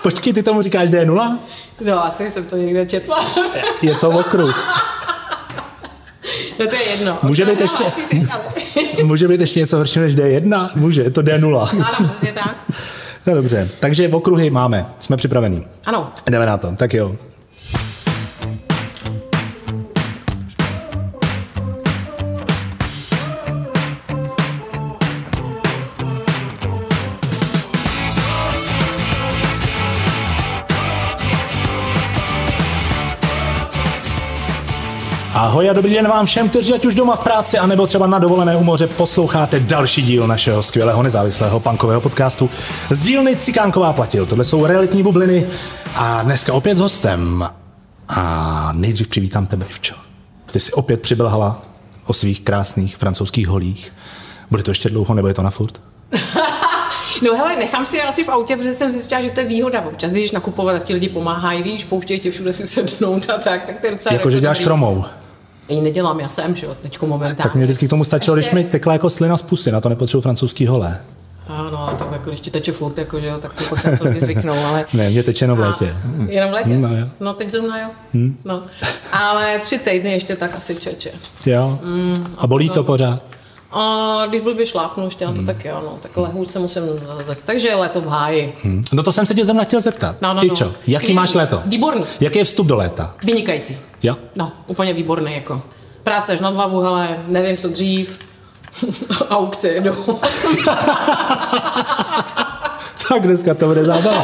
Počkej, ty tomu říkáš D0? No, asi jsem to někde četla. Je to okruh. No to je jedno. Může být ještě něco horšího než D1? Může, je to D0. Ano, přesně tak. No dobře, takže okruhy máme, jsme připravení. Ano. Jdeme na to, tak jo. Ahoj a dobrý den vám všem, kteří ať už doma v práci, anebo třeba na dovolené u moře posloucháte další díl našeho skvělého nezávislého punkového podcastu z dílny Cikánková Platil. Tohle jsou realitní bubliny a dneska opět s hostem. A nejdřív přivítám tebe, Ivčo. Ty jsi opět přibelhala o svých krásných francouzských holích. Bude to ještě dlouho, nebo je to na furt? No hele, nechám si je asi v autě, protože jsem zjistila, že to je výhoda občas. Když nakupovat, tak ti lidi pomáhají, víš, pouštějí tě všude si sednout a tak to je docela... Jakože děláš chromou. Já ji nedělám, já jsem, že jo, teďko momentálně. Tak mě vždycky k tomu stačilo, ještě... když mi tekla jako slina z pusy, na to nepotřebuji francouzský holé. Ano, tak jako když ti teče furt, jako, že jo, tak pak se to lidi zvyknou, ale... Ne, mě teče jenom v létě. Jenom v létě? No, jo. No teď zrovna jo. No. Ale 3 týdny ještě tak asi čeče. Jo. A bolí to pořád? A když blbě šlápnu ještě na to, tak jo, no, tak lehůť se musím zazat. Takže je léto v háji. No to jsem se tě zrovna chtěl zeptat. No. Ivčo, jaký máš léto? Výborný. Jaký je vstup do léta? Vynikající. Jo? No, úplně výborný, jako. Práce až nad hlavu, hele, nevím, co dřív. Aukce jedou. Tak dneska to bude zábava.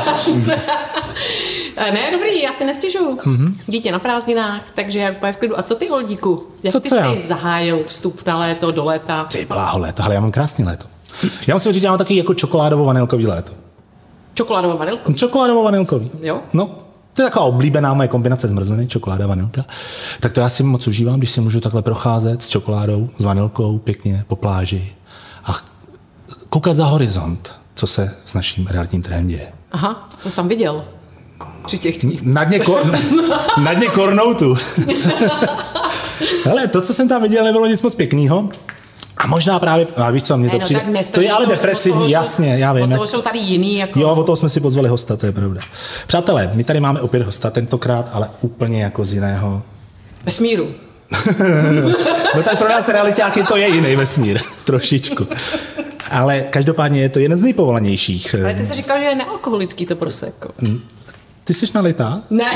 Ne, dobrý, já si nestěžuju. Dítě na prázdninách, takže já úplně v klidu. A co ty, Holdíku? Jak co ty já? jsi zahájil vstup na léto, do léta? Ty bláho léto, hele, já mám krásný léto. Já musím říct, já mám taky jako čokoládovo-vanilkový léto. Čokoládovou vanilku? Čokoládovo-vanilkový. Jo? No, to je taková oblíbená moje kombinace zmrzliny, čokoláda, vanilka. Tak to já si moc užívám, když si můžu takhle procházet s čokoládou, s vanilkou, pěkně po pláži a koukat za horizont, co se s naším realitním trhem děje. Aha, co jsi tam viděl? Při těch tvých. Na dně kornoutu. Hele, to, co jsem tam viděl, nebylo nic moc pěknýho. A možná právě, a víš co, mě to přijde, to je ale depresivní, jasně, já vím. Od toho jsou tady jiný, jako... Jo, od toho jsme si pozvali hosta, to je pravda. Přátelé, my tady máme opět hosta, tentokrát, ale úplně jako z jiného... Vesmíru. No tak pro nás realitáky to je jiný vesmír, trošičku. Ale každopádně je to jeden z nejpovolanějších. Ale ty jsi říkal, že je nealkoholický to prosecco. Ty jsi nalitá? Ne.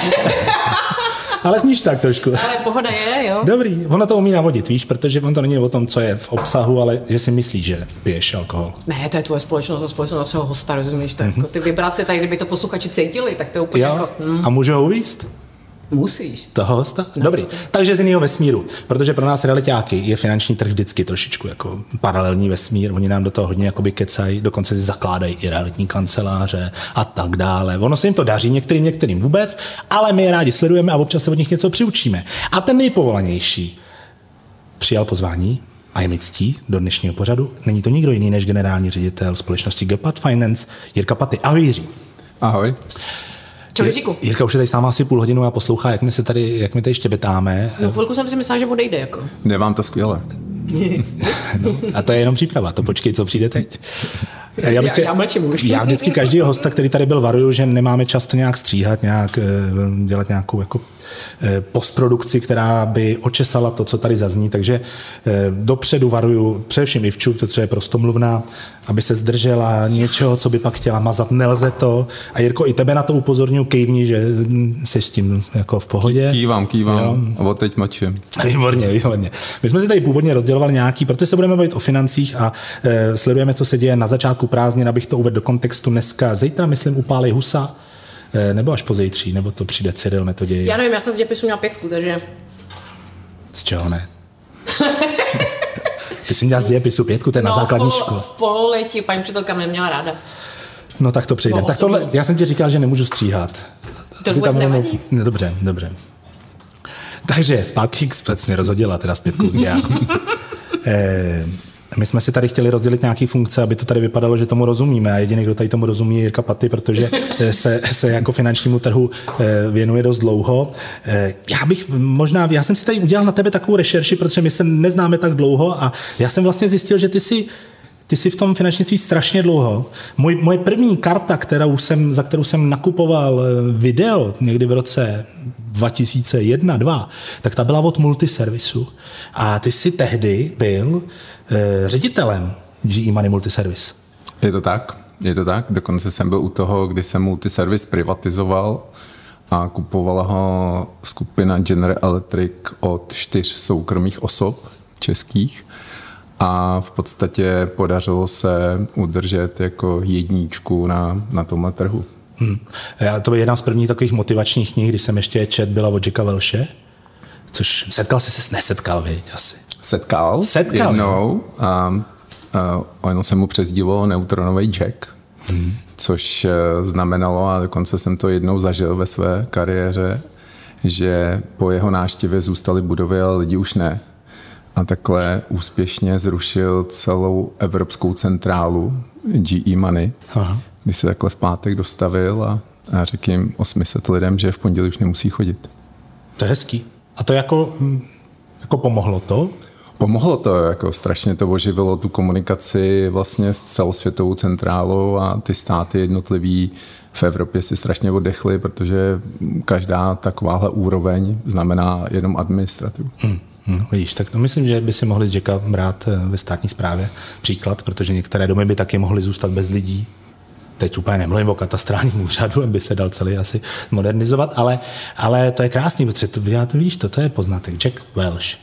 Ale zníš tak trošku. Ale pohoda je, jo. Dobrý, ono to umí navodit, víš, protože on to není o tom, co je v obsahu, ale že si myslíš, že piješ alkohol. Ne, to je tvoje společnost a společnost svého hosta, rozumíš? To jako ty vibrace, tady kdyby to posluchači cítili, tak to je úplně jo? jako... A můžu ho uvíct? Musíš. Toho hosta? Dobrý. Takže z jiného vesmíru, protože pro nás realitáky je finanční trh vždycky trošičku jako paralelní vesmír, oni nám do toho hodně jakoby kecají, dokonce si zakládají i realitní kanceláře a tak dále. Ono se jim to daří, některým vůbec, ale my je rádi sledujeme a občas se od nich něco přiučíme. A ten nejpovolanější přijal pozvání a je mi ctí do dnešního pořadu. Není to nikdo jiný než generální ředitel společnosti Gepat Finance Jirka Paty. Ahoj, Jiří. Ahoj. Čau, Jiříku. Jirka už je tady s náma asi půl hodinu a poslouchá, jak my tady štěbetáme. No chvilku jsem si myslela, že odejde, jako. Je vám to skvěle. No, a to je jenom příprava, to počkej, co přijde teď. Já mlčím už. Já vždycky každýho hosta, který tady byl, varuju, že nemáme často nějak stříhat, nějak dělat nějakou jako postprodukci, která by očesala to, co tady zazní, takže dopředu varuju především Ivču, protože je prostomluvná, aby se zdržela něčeho, co by pak chtěla mazat, nelze to. A Jirko, i tebe na to upozorňuji, kejvni, že jsi s tím jako v pohodě. Kývám a od teď mlčím. Výborně. My jsme si tady původně rozdělovali nějaký, protože se budeme bavit o financích a sledujeme, co se děje na začátku prázdnin, abych to uvedl do kontextu dneska. Zítra, myslím, upálí Husa, nebo až pozejtří, nebo to přijde Cyril Metoděj. Já nevím, já jsem z dějepisu měla 5, takže... Z čeho ne? Ty jsi měla z dějepisu 5, to je na základní škole. V pololetí paní učitelka mě měla ráda. No tak to přejdeme. Tak tohle, já jsem ti říkal, že nemůžu stříhat. To vůbec nevadí? No, dobře. Takže zpátky Express mě rozhodila teda z 5 z dějáků. My jsme si tady chtěli rozdělit nějaký funkce, aby to tady vypadalo, že tomu rozumíme a jediný, kdo tady tomu rozumí, je Jirka Paty, protože se jako finančnímu trhu věnuje dost dlouho. Já jsem si tady udělal na tebe takovou rešerši, protože my se neznáme tak dlouho a já jsem vlastně zjistil, že ty ty jsi v tom finančnictví strašně dlouho. Moje první karta, za kterou jsem nakupoval video někdy v roce 2001-2002, tak ta byla od Multiservisu. A ty jsi tehdy byl ředitelem GE Money Multiservice. Je to tak. Dokonce jsem byl u toho, kdy jsem Multiservice privatizoval a kupovala ho skupina General Electric od 4 soukromých osob českých. A v podstatě podařilo se udržet jako jedničku na tomhle trhu. To byl jedna z prvních takových motivačních knih, když jsem ještě čet, byla od Jacka Welche, což setkal jsi se nesetkal, věď asi. Setkal jednou a ono se mu přezdívalo neutronový Jack, což znamenalo, a dokonce jsem to jednou zažil ve své kariéře, že po jeho návštěvě zůstaly budovy, ale lidi už ne. A takhle úspěšně zrušil celou evropskou centrálu GE Money. Když se takhle v pátek dostavil a řekl jim 800 lidem, že v pondělí už nemusí chodit. To je hezký. A to jako pomohlo to? Pomohlo to, jako strašně to oživilo tu komunikaci vlastně s celosvětovou centrálou a ty státy jednotlivý v Evropě si strašně oddechly, protože každá takováhle úroveň znamená jenom administrativu. No, vidíš, tak myslím, že by si mohli z Jacka brát ve státní správě příklad, protože některé domy by taky mohly zůstat bez lidí. Teď úplně nemluvím o katastrálním úřadu, aby se dal celý asi modernizovat, ale to je krásný, protože to je poznatek. Jack Welch.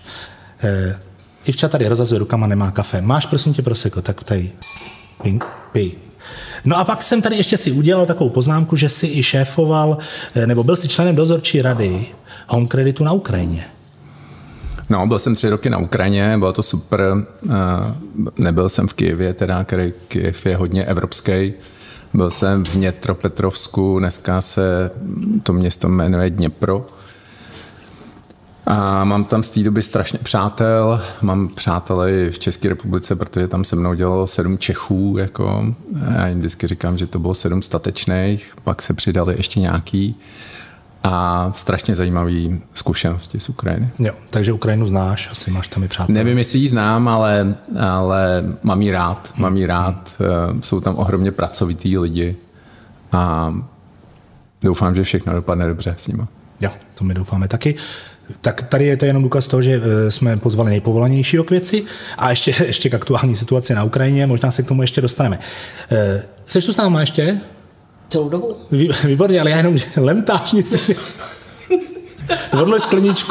Ivča tady rozhazuje rukama, nemá kafe. Máš, prosím tě, prosecco, tak tady pij. No a pak jsem tady ještě si udělal takovou poznámku, že si i šéfoval, nebo byl si členem dozorčí rady Home Creditu na Ukrajině. No, byl jsem 3 roky na Ukrajině, bylo to super. Nebyl jsem v Kyjevě, teda Kyjev je hodně evropský. Byl jsem v Dněpropetrovsku, dneska se to město jmenuje Dněpro. A mám tam z té doby strašně přátel. Mám přátele v České republice, protože tam se mnou dělalo 7 Čechů. Jako. Já jim vždycky říkám, že to bylo 7 statečných, pak se přidali ještě nějaký. A strašně zajímavé zkušenosti z Ukrajiny. Jo, takže Ukrajinu znáš, asi máš tam i přátelé. Nevím, jestli ji znám, ale mám ji rád. Jsou tam ohromně pracovitý lidi a doufám, že všechno dopadne dobře s nimi. Jo, to my doufáme taky. Tak tady je to jenom důkaz toho, že jsme pozvali nejpovolanějšího k věci a ještě k aktuální situaci na Ukrajině, možná se k tomu ještě dostaneme. Jseš tu s náma ještě? Celou dobu. Výborně, ale já jenom lemtáš nic. Odlož skleničku.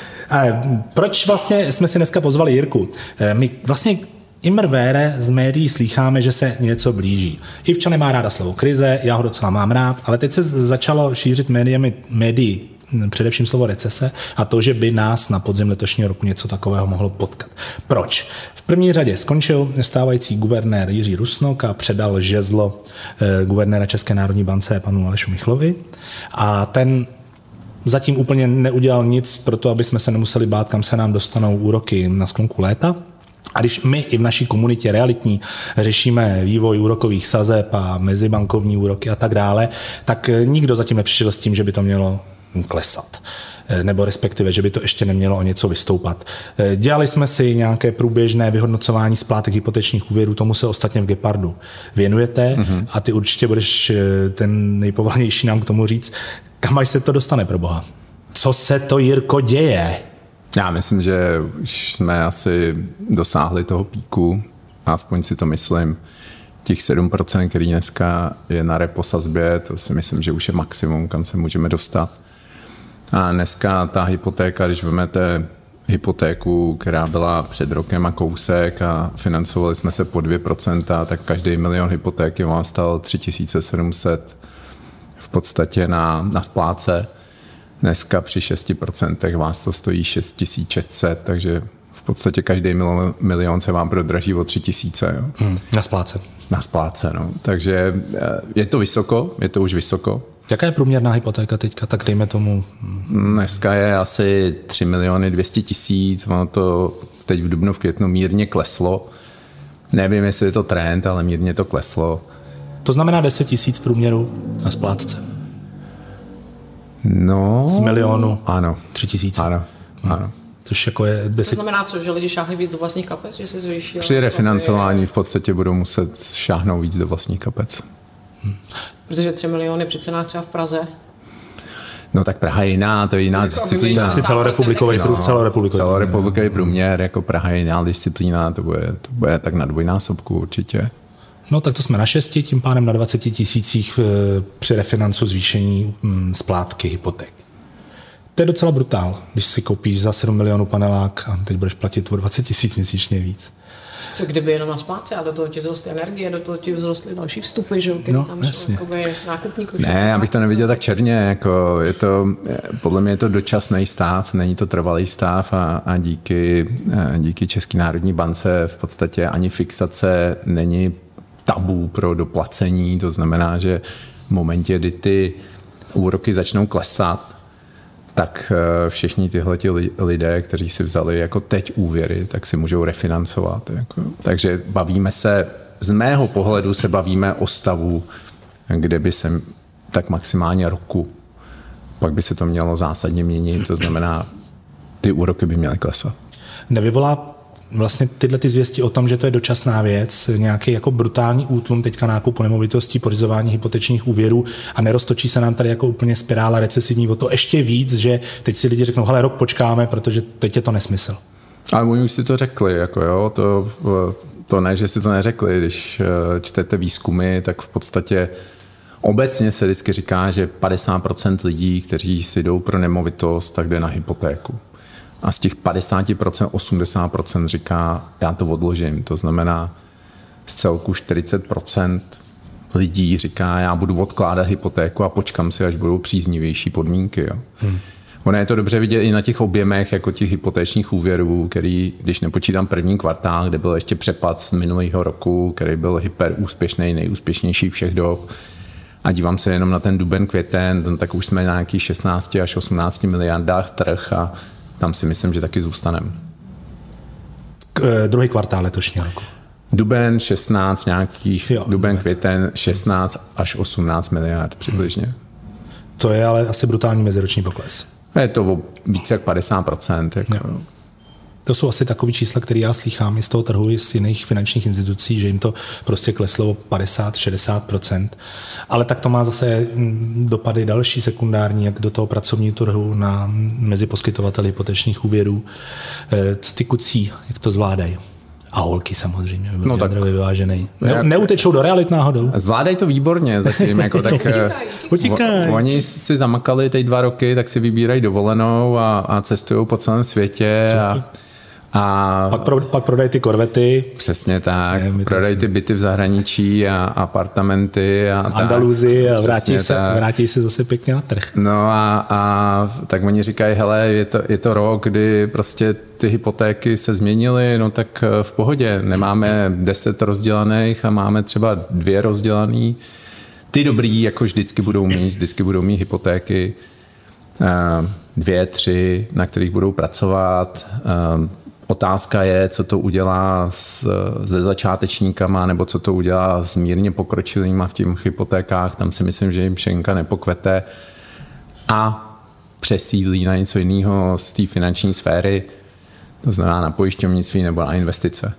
Proč vlastně jsme si dneska pozvali Jirku? My vlastně immer vére z médií slýcháme, že se něco blíží. Ivča nemá ráda slovo krize, já ho docela mám rád, ale teď se začalo šířit médií především slovo recese a to, že by nás na podzim letošního roku něco takového mohlo potkat. Proč? V první řadě skončil stávající guvernér Jiří Rusnok a předal žezlo guvernéra České národní bance panu Alešu Michlovi a ten zatím úplně neudělal nic pro to, aby jsme se nemuseli bát, kam se nám dostanou úroky na sklonku léta. A když my i v naší komunitě realitní řešíme vývoj úrokových sazeb a mezibankovní úroky a tak dále, tak nikdo zatím nepřišel s tím, že by to mělo klesat. Nebo respektive, že by to ještě nemělo o něco vystoupat. Dělali jsme si nějaké průběžné vyhodnocování splátek hypotečních úvěrů, tomu se ostatně v Gepardu věnujete a ty určitě budeš ten nejpovolanější nám k tomu říct, kam až se to dostane, pro boha. Co se to, Jirko, děje? Já myslím, že už jsme asi dosáhli toho píku, aspoň si to myslím. Těch 7%, který dneska je na repo sazbě, to si myslím, že už je maximum, kam se můžeme dostat. A dneska ta hypotéka, když vezmete hypotéku, která byla před rokem a kousek a financovali jsme se po 2%, tak každý milion hypotéky vám stal 3700 v podstatě na spláce. Dneska při 6% vás to stojí 6600, takže v podstatě každý milion se vám prodraží o 3000. Jo? Na spláce. Na spláce, no. Takže je to vysoko, je to už vysoko. Jaká je průměrná hypotéka teďka, tak dejme tomu? Dneska je asi 3 200 000, ono to teď v dubnu, v květnu mírně kleslo. Nevím, jestli je to trend, ale mírně to kleslo. To znamená 10 000 průměru na splátce. No. Z milionu. Ano. 3 000. Ano. Což jako je... To znamená co, že lidi šáhli víc do vlastních kapec, že se zvýší? Při refinancování v podstatě budou muset šáhnout víc do vlastních kapec. Protože 3 miliony při cenách třeba v Praze. No tak Praha je jiná, to je jiná disciplína. Asi celorepublikový průměr, jako Praha je jiná disciplína, to bude tak na dvojnásobku určitě. No tak to jsme na 6, tím pádem na 20 000 při refinancu zvýšení splátky hypoték. To je docela brutál, když si koupíš za 7 milionů panelák a teď budeš platit o 20 000 měsíčně víc. Co kdyby jenom na splátce a do toho ti vzrostly energie, do toho ti vzrostly další vstupy, že no, tam jsou nákupní košík. Ne, já bych to neviděl tak černě, jako podle mě je to dočasný stav, není to trvalý stav a díky České národní bance v podstatě ani fixace není tabu pro doplacení, to znamená, že v momentě, kdy ty úroky začnou klesat, tak všichni tyhleti lidé, kteří si vzali jako teď úvěry, tak si můžou refinancovat. Jako. Takže bavíme se, z mého pohledu se bavíme o stavu, kde by se tak maximálně roku, pak by se to mělo zásadně měnit, to znamená, ty úroky by měly klesat. Nevyvolá vlastně tyhle ty zvěsti o tom, že to je dočasná věc, nějaký jako brutální útlum teďka nákupu nemovitostí, pořizování hypotečních úvěrů a neroztočí se nám tady jako úplně spirála recesivní o to ještě víc, že teď si lidi řeknou, hele, rok počkáme, protože teď je to nesmysl. Ale oni už si to řekli, jako jo, to ne, že si to neřekli, když čtete výzkumy, tak v podstatě obecně se vždycky říká, že 50% lidí, kteří si jdou pro nemovitost, tak jde na hypotéku. A z těch 50% 80% říká, já to odložím. To znamená, z celku 40% lidí říká, já budu odkládat hypotéku a počkám si, až budou příznivější podmínky. Jo. Ono je to dobře vidět i na těch objemech jako těch hypotečních úvěrů, který, když nepočítám první kvartál, kde byl ještě přepad z minulého roku, který byl hyper úspěšný, nejúspěšnější všech dob, a dívám se jenom na ten duben, květen, tak už jsme na nějakých 16 až 18 miliardách trh a tam si myslím, že taky zůstaneme. Druhý kvartál letošního roku. Duben 16 nějakých, duben květen 16 až 18 miliard přibližně. To je ale asi brutální meziroční pokles. Je to o více jak 50%. Jako. To jsou asi takový čísla, které já slýchám i z toho trhu, i z jiných finančních institucí, že jim to prostě kleslo o 50-60%. Ale tak to má zase dopady další sekundární, jak do toho pracovního trhu mezi poskytovateli hypotečních úvěrů. Co ty kucí, jak to zvládají? A holky samozřejmě, byl genderově vyvážený. Neutečou do realit náhodou? Zvládají to výborně zatím. Jako, tak, utíkají. Oni si zamakali teď 2 roky, tak si vybírají dovolenou a cestují po celém světě. A pak prodají ty korvety. Přesně tak. Prodají ty byty v zahraničí a apartamenty. A Andaluzi a vrátí se zase pěkně na trh. No a tak oni říkají, hele, je to rok, kdy prostě ty hypotéky se změnily, no tak v pohodě. Nemáme 10 rozdělaných a máme třeba 2 rozdělaný. Ty dobrý, jako vždycky budou mít hypotéky. 2, 3, na kterých budou pracovat. Otázka je, co to udělá se začátečníkama, nebo co to udělá s mírně pokročilýma v těch hypotékách. Tam si myslím, že jim šenka nepokvete a přesídlí na něco jiného z té finanční sféry, to znamená na pojišťovnictví nebo na investice.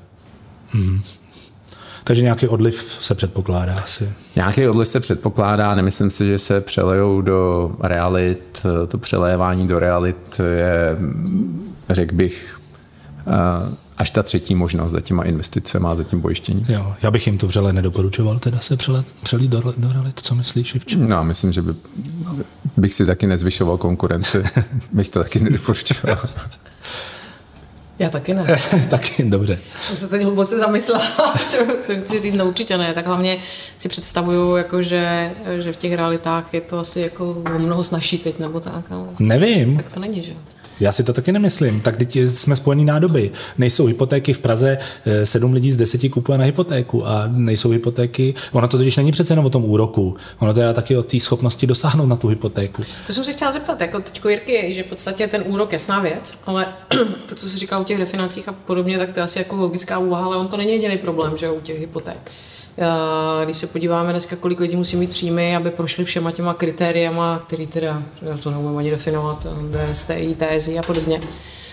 Takže nějaký odliv se předpokládá asi. Nějaký odliv se předpokládá, nemyslím si, že se přelejou do realit. To přelévání do realit je, řekl bych, až ta třetí možnost za těma investicemi a za tím pojištěním. Jo, já bych jim to vřele nedoporučoval, teda se přelít do realit. Co myslíš, Ivčo? No, myslím, že bych si taky nezvyšoval konkurenci. Bych to taky nedoporučoval. Já taky ne. Taky, dobře. Jsem se teď hluboce zamyslela, co chci říct, no určitě ne. Tak hlavně si představuju, jako, že v těch realitách je to asi jako o mnoho snažší teď, nebo tak. Ale nevím. Tak to není, že? Já si to taky nemyslím. Tak teď jsme spojený nádoby. Nejsou hypotéky v Praze, 7 lidí z 10 kupuje na hypotéku a nejsou hypotéky. Ono to totiž není přece jenom o tom úroku. Ono to je taky o té schopnosti dosáhnout na tu hypotéku. To jsem se chtěla zeptat, jako teďko Jirky, že v podstatě ten úrok je jasná věc, ale to, co jsi říkal o těch refinancích a podobně, tak to je asi jako logická úvaha, ale on to není jediný problém, že u těch hypoték. Když se podíváme dneska, kolik lidí musí mít příjmy, aby prošli všema těma kritériama, který teda, já to neumím ani definovat, STI, TSI a podobně,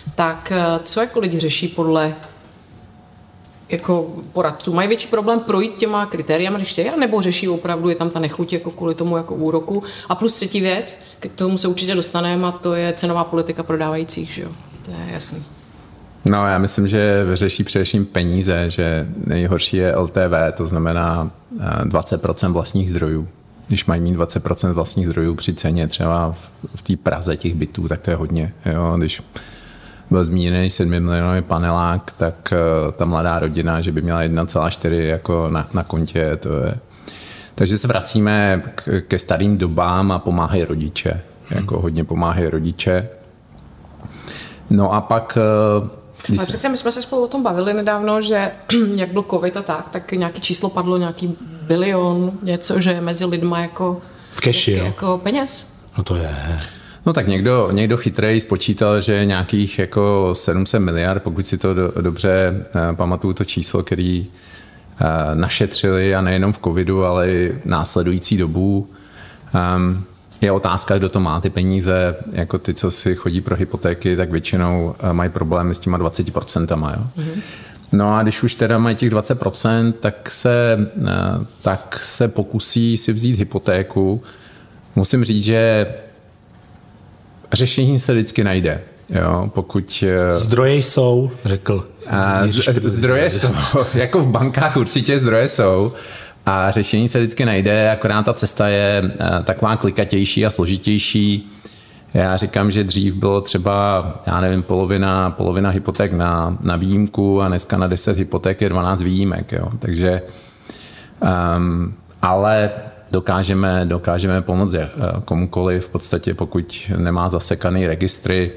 tak co jako lidi řeší podle jako poradců? Mají větší problém projít těma kritériami, když chtějí, nebo řeší opravdu, je tam ta nechuť jako kvůli tomu jako úroku? A plus třetí věc, k tomu se určitě dostaneme, a to je cenová politika prodávajících, že jo? To je jasný. No, já myslím, že řeší především peníze, že nejhorší je LTV, to znamená 20% vlastních zdrojů. Když mají mít 20% vlastních zdrojů při ceně třeba v té Praze těch bytů, tak to je hodně. Jo? Když byl zmíněný 7 milionový panelák, tak ta mladá rodina, že by měla 1,4 jako na kontě, to je. Takže se vracíme ke starým dobám a pomáhají rodiče. Jako hodně pomáhají rodiče. No a pak... Ale přece my jsme se spolu o tom bavili nedávno, že jak byl covid a tak nějaký číslo padlo, nějaký bilion, něco, že mezi lidma jako... V keši, jako peněz. No to je... No tak někdo chytrej spočítal, že nějakých jako 700 miliard, pokud si to dobře pamatuju to číslo, který našetřili a nejenom v covidu, ale i následující dobu. Je otázka, kdo to má ty peníze, jako ty, co si chodí pro hypotéky, tak většinou mají problémy s těma 20%. Jo? Mm-hmm. No a když už teda mají těch 20%, tak se pokusí si vzít hypotéku. Musím říct, že řešení se vždycky najde. Jo? Pokud... Zdroje jsou, řekl. Zdroje jsou, jako v bankách určitě zdroje jsou. A řešení se vždycky najde, akorát ta cesta je taková klikatější a složitější. Já říkám, že dřív bylo třeba, já nevím, polovina hypoték na výjimku a dneska na 10 hypoték je 12 výjimek. Jo. Takže, ale dokážeme pomoct komukoliv, v podstatě pokud nemá zasekaný registry,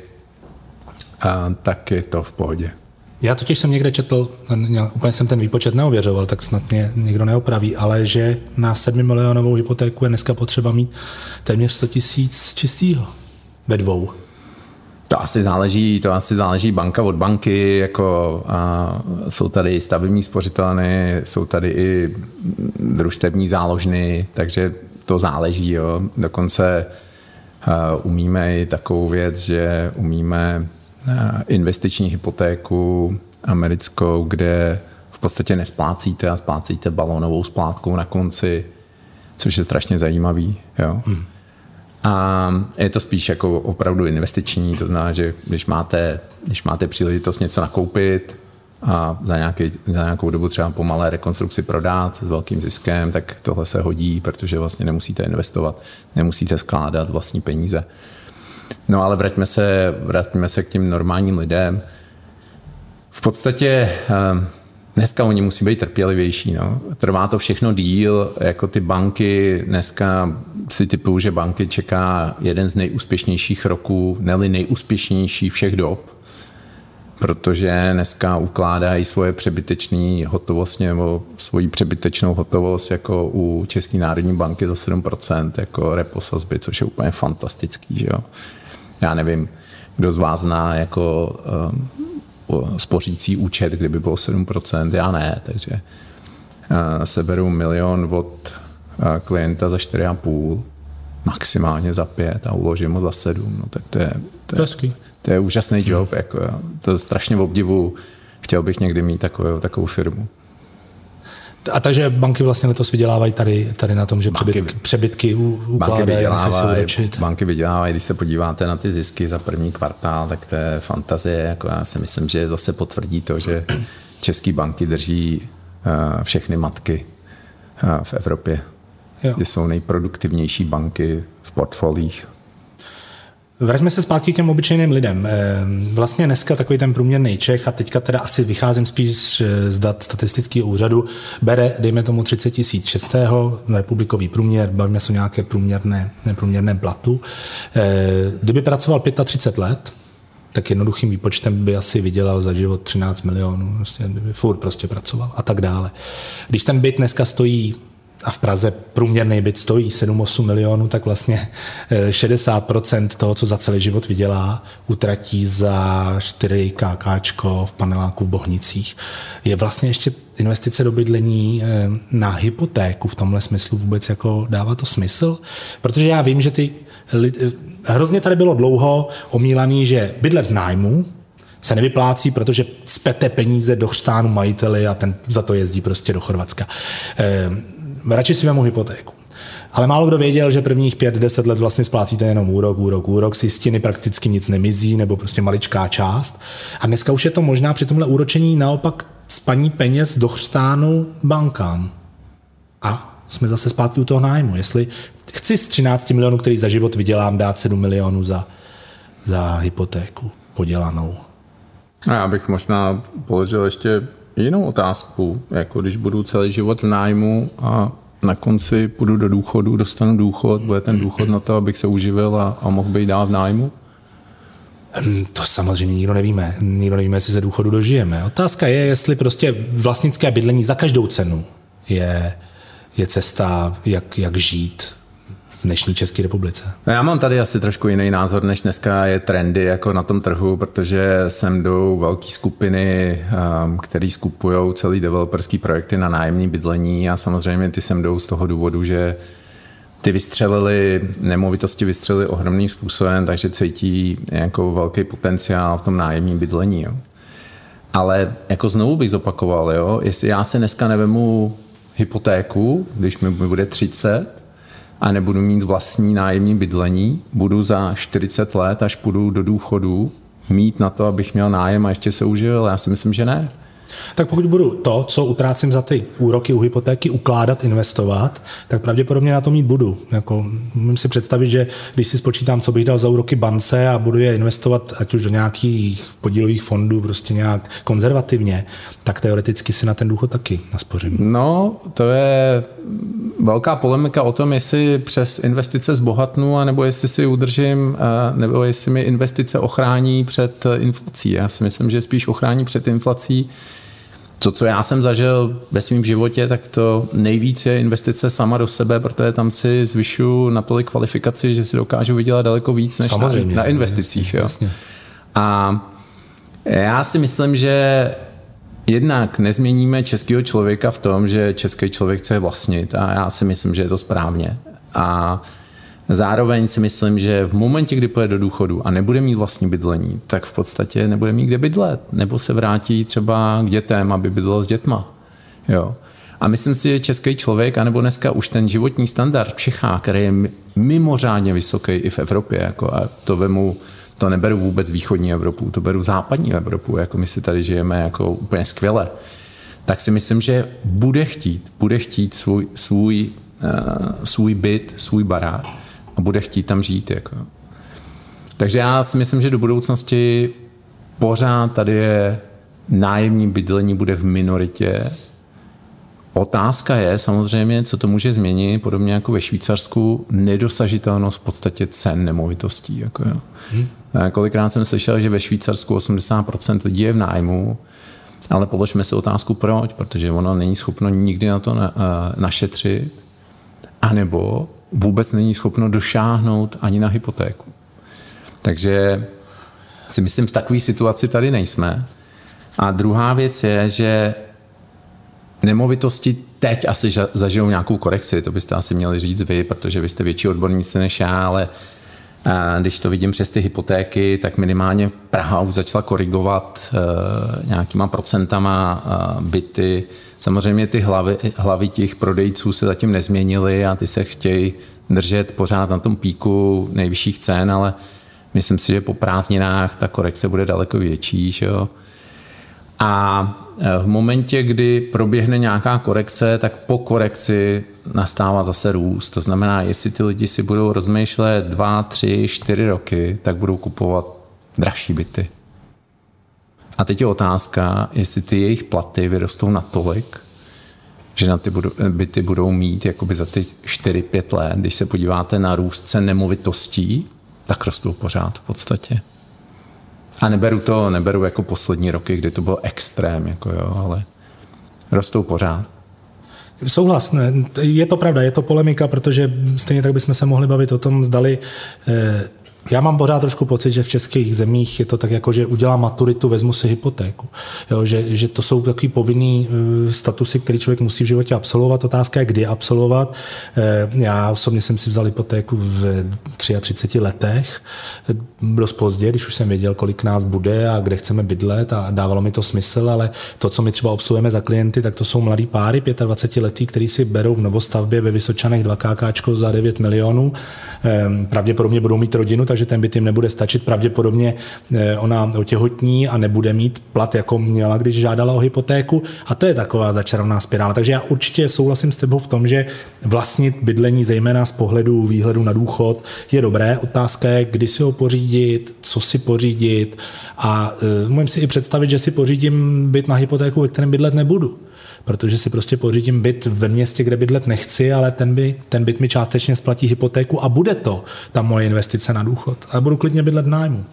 tak je to v pohodě. Já totiž jsem někde četl, úplně jsem ten výpočet neověřoval, tak snad mě někdo neopraví, ale že na 7 milionovou hypotéku je dneska potřeba mít téměř 100 000 čistýho ve dvou. To asi záleží banka od banky, jako jsou tady stavební spořitelny, jsou tady i družstevní záložny, takže to záleží. Jo. Dokonce umíme i takovou věc, že umíme investiční hypotéku americkou, kde v podstatě nesplácíte a splácíte balónovou splátkou na konci, což je strašně zajímavý. Jo. A je to spíš jako opravdu investiční, to znamená, že když máte příležitost něco nakoupit a za nějakou dobu třeba po malé rekonstrukci prodat s velkým ziskem, tak tohle se hodí, protože vlastně nemusíte investovat, nemusíte skládat vlastní peníze. No ale vraťme se k těm normálním lidem. V podstatě dneska oni musí být trpělivější. No. Trvá to všechno díl, jako ty banky. Dneska si typuju, že banky čeká jeden z nejúspěšnějších roků, ne-li nejúspěšnější všech dob, protože dneska ukládají svoje přebytečné hotovost nebo svoji přebytečnou hotovost jako u České národní banky za 7%, jako repo sazby, což je úplně fantastický. Že jo? Já nevím, kdo z vás zná jako spořící účet, kdyby bylo 7%, já ne, takže seberu 1 milion od klienta za 4,5, maximálně za 5 a uložím ho za 7, no tak to je úžasný job, jako, to strašně v obdivu, chtěl bych někdy mít takovou firmu. A takže banky vlastně letos vydělávají tady na tom, že přebytky ukládají. Banky vydělávají, když se podíváte na ty zisky za první kvartál, tak to je fantazie. Jako já si myslím, že zase potvrdí to, že české banky drží všechny matky v Evropě. Že jsou nejproduktivnější banky v portfoliích. Vraťme se zpátky k těm obyčejným lidem. Vlastně dneska takový ten průměrný Čech, a teďka teda asi vycházím spíš z dat statistického úřadu, bere, dejme tomu 30 000 čistého, republikový průměr, bavíme se o nějaké průměrném platu. Kdyby pracoval 35 let, tak jednoduchým výpočtem by asi vydělal za život 13 milionů, kdyby furt prostě pracoval a tak dále. Když ten byt dneska stojí, a v Praze průměrný byt stojí 7-8 milionů, tak vlastně 60% toho, co za celý život vydělá, utratí za 4 KKčko v paneláku v Bohnicích. Je vlastně ještě investice do bydlení na hypotéku v tomhle smyslu vůbec jako dává to smysl? Protože já vím, že hrozně tady bylo dlouho omílaný, že bydlet v nájmu se nevyplácí, protože cpete peníze do chřtánu majiteli a ten za to jezdí prostě do Chorvatska. Radši si vemu hypotéku. Ale málo kdo věděl, že prvních 5-10 let vlastně splácíte jenom úrok, z jistiny prakticky nic nemizí, nebo prostě maličká část. A dneska už je to možná při tomhle úročení naopak spaní peněz do chřtánu bankám. A jsme zase zpátky u toho nájmu. Jestli chci z 13 milionů, který za život vydělám, dát 7 milionů za hypotéku podělanou. A já bych možná položil ještě jinou otázku. Jako když budu celý život v nájmu a na konci půjdu do důchodu, dostanu důchod, bude ten důchod na to, abych se uživil a mohl být dál v nájmu? To samozřejmě nikdo nevíme. Nikdo nevíme, jestli se důchodu dožijeme. Otázka je, jestli prostě vlastnické bydlení za každou cenu je cesta, jak žít v dnešní České republice. Já mám tady asi trošku jiný názor, než dneska je trendy jako na tom trhu, protože sem jdou velké skupiny, které skupují celý developerský projekty na nájemní bydlení a samozřejmě ty sem jdou z toho důvodu, že ty nemovitosti vystřelily ohromným způsobem, takže cítí jako velký potenciál v tom nájemním bydlení. Jo. Ale jako znovu bych zopakoval, jo, jestli já se dneska nevemu hypotéku, když mi bude 30 a nebudu mít vlastní nájemní bydlení, budu za 40 let, až půjdu do důchodu, mít na to, abych měl nájem a ještě se uživil? Já si myslím, že ne. Tak pokud budu to, co utrácím za ty úroky u hypotéky, ukládat, investovat, tak pravděpodobně na to mít budu. Jako, můžu si představit, že když si spočítám, co bych dal za úroky bance a budu je investovat ať už do nějakých podílových fondů, prostě nějak konzervativně, tak teoreticky si na ten důchod taky naspořím. No, to je velká polemika o tom, jestli přes investice zbohatnu, anebo jestli si udržím, nebo jestli mi investice ochrání před inflací. Já si myslím, že spíš ochrání před inflací. To, co já jsem zažil ve svém životě, tak to nejvíc je investice sama do sebe, protože tam si zvyšuju natolik kvalifikaci, že si dokážu vydělat daleko víc než na investicích. Jasně. A já si myslím, že jednak nezměníme českého člověka v tom, že český člověk chce vlastnit a já si myslím, že je to správně. A zároveň si myslím, že v momentě, kdy půjde do důchodu a nebude mít vlastní bydlení, tak v podstatě nebude mít kde bydlet. Nebo se vrátí třeba k dětem, aby bydlel s dětma. Jo. A myslím si, že český člověk, anebo dneska už ten životní standard v Čechách, který je mimořádně vysoký i v Evropě, jako a to neberu vůbec východní Evropu, to beru západní Evropu, jako my si tady žijeme jako úplně skvěle, tak si myslím, že bude chtít svůj byt, svůj barák a bude chtít tam žít. Jako. Takže já si myslím, že do budoucnosti pořád tady je nájemní bydlení bude v minoritě. Otázka je samozřejmě, co to může změnit, podobně jako ve Švýcarsku, nedosažitelnost v podstatě cen nemovitostí. Jako jo. Kolikrát jsem slyšel, že ve Švýcarsku 80% lidí je v nájmu, ale položme si otázku proč, protože ono není schopno nikdy na to našetřit, anebo vůbec není schopno došáhnout ani na hypotéku. Takže si myslím, v takové situaci tady nejsme. A druhá věc je, že nemovitosti teď asi zažijou nějakou korekci, to byste asi měli říct vy, protože vy jste větší odborníci než já, ale když to vidím přes ty hypotéky, tak minimálně Praha už začala korigovat nějakýma procentama byty. Samozřejmě ty hlavy těch prodejců se zatím nezměnily a ty se chtějí držet pořád na tom píku nejvyšších cen, ale myslím si, že po prázdninách ta korekce bude daleko větší. Že jo? A v momentě, kdy proběhne nějaká korekce, tak po korekci nastává zase růst. To znamená, jestli ty lidi si budou rozmýšlet 2, 3, 4 roky, tak budou kupovat dražší byty. A teď je otázka, jestli ty jejich platy vyrostou natolik, že na ty byty budou mít jakoby za ty 4-5 let. Když se podíváte na růst cen nemovitostí, tak rostou pořád v podstatě. A neberu jako poslední roky, kdy to byl extrém, jako jo, ale rostou pořád. Souhlas, je to pravda, je to polemika, protože stejně tak bychom se mohli bavit o tom, zdali Já mám pořád trošku pocit, že v českých zemích je to tak jako, že udělám maturitu, vezmu si hypotéku. Jo, že to jsou takový povinný statusy, který člověk musí v životě absolvovat. Otázka je, kdy absolvovat. Já osobně jsem si vzal hypotéku v 33 letech, dost pozdě, když už jsem věděl, kolik nás bude a kde chceme bydlet a dávalo mi to smysl, ale to, co my třeba obsluhujeme za klienty, tak to jsou mladý páry, 25 letý, který si berou v novostavbě ve Vysočanech 2 KKčko za 9 milionů. Pravděpodobně budou mít rodinu, takže ten byt jim nebude stačit. Pravděpodobně ona otěhotní a nebude mít plat, jako měla, když žádala o hypotéku. A to je taková začarovaná spirála. Takže já určitě souhlasím s tebou v tom, že vlastnit bydlení, zejména z pohledu výhledu na důchod, je dobré. Otázka je, kdy si ho pořídit, co si pořídit. A můžu si i představit, že si pořídím byt na hypotéku, ve kterém bydlet nebudu. Protože si prostě pořídím byt ve městě, kde bydlet nechci, ale ten byt mi částečně splatí hypotéku a bude to ta moje investice na důchod. A budu klidně bydlet v nájmu.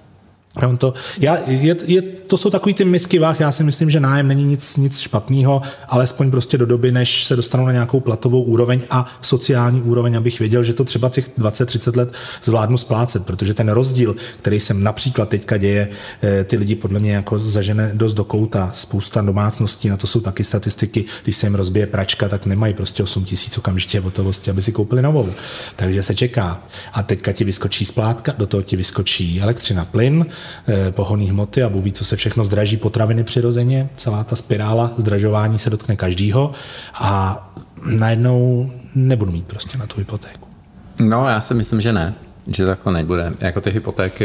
To jsou takový ty misky váh, já si myslím, že nájem není nic špatného, alespoň prostě do doby, než se dostanu na nějakou platovou úroveň a sociální úroveň, abych věděl, že to třeba těch 20-30 let zvládnu splácet, protože ten rozdíl, který se například teďka děje, ty lidi podle mě jako zažene dost do kouta, spousta domácností, na to jsou taky statistiky, když se jim rozbije pračka, tak nemají prostě 8 000 okamžitě hotovosti, aby si koupili novou. Takže se čeká. A teďka ti vyskočí splátka, do toho ti vyskočí elektřina, plyn, pohonné hmoty a Bůh ví, co se všechno zdraží, potraviny přirozeně, celá ta spirála zdražování se dotkne každýho a najednou nebudu mít prostě na tu hypotéku. No, já si myslím, že ne, že takhle nebude. Jako ty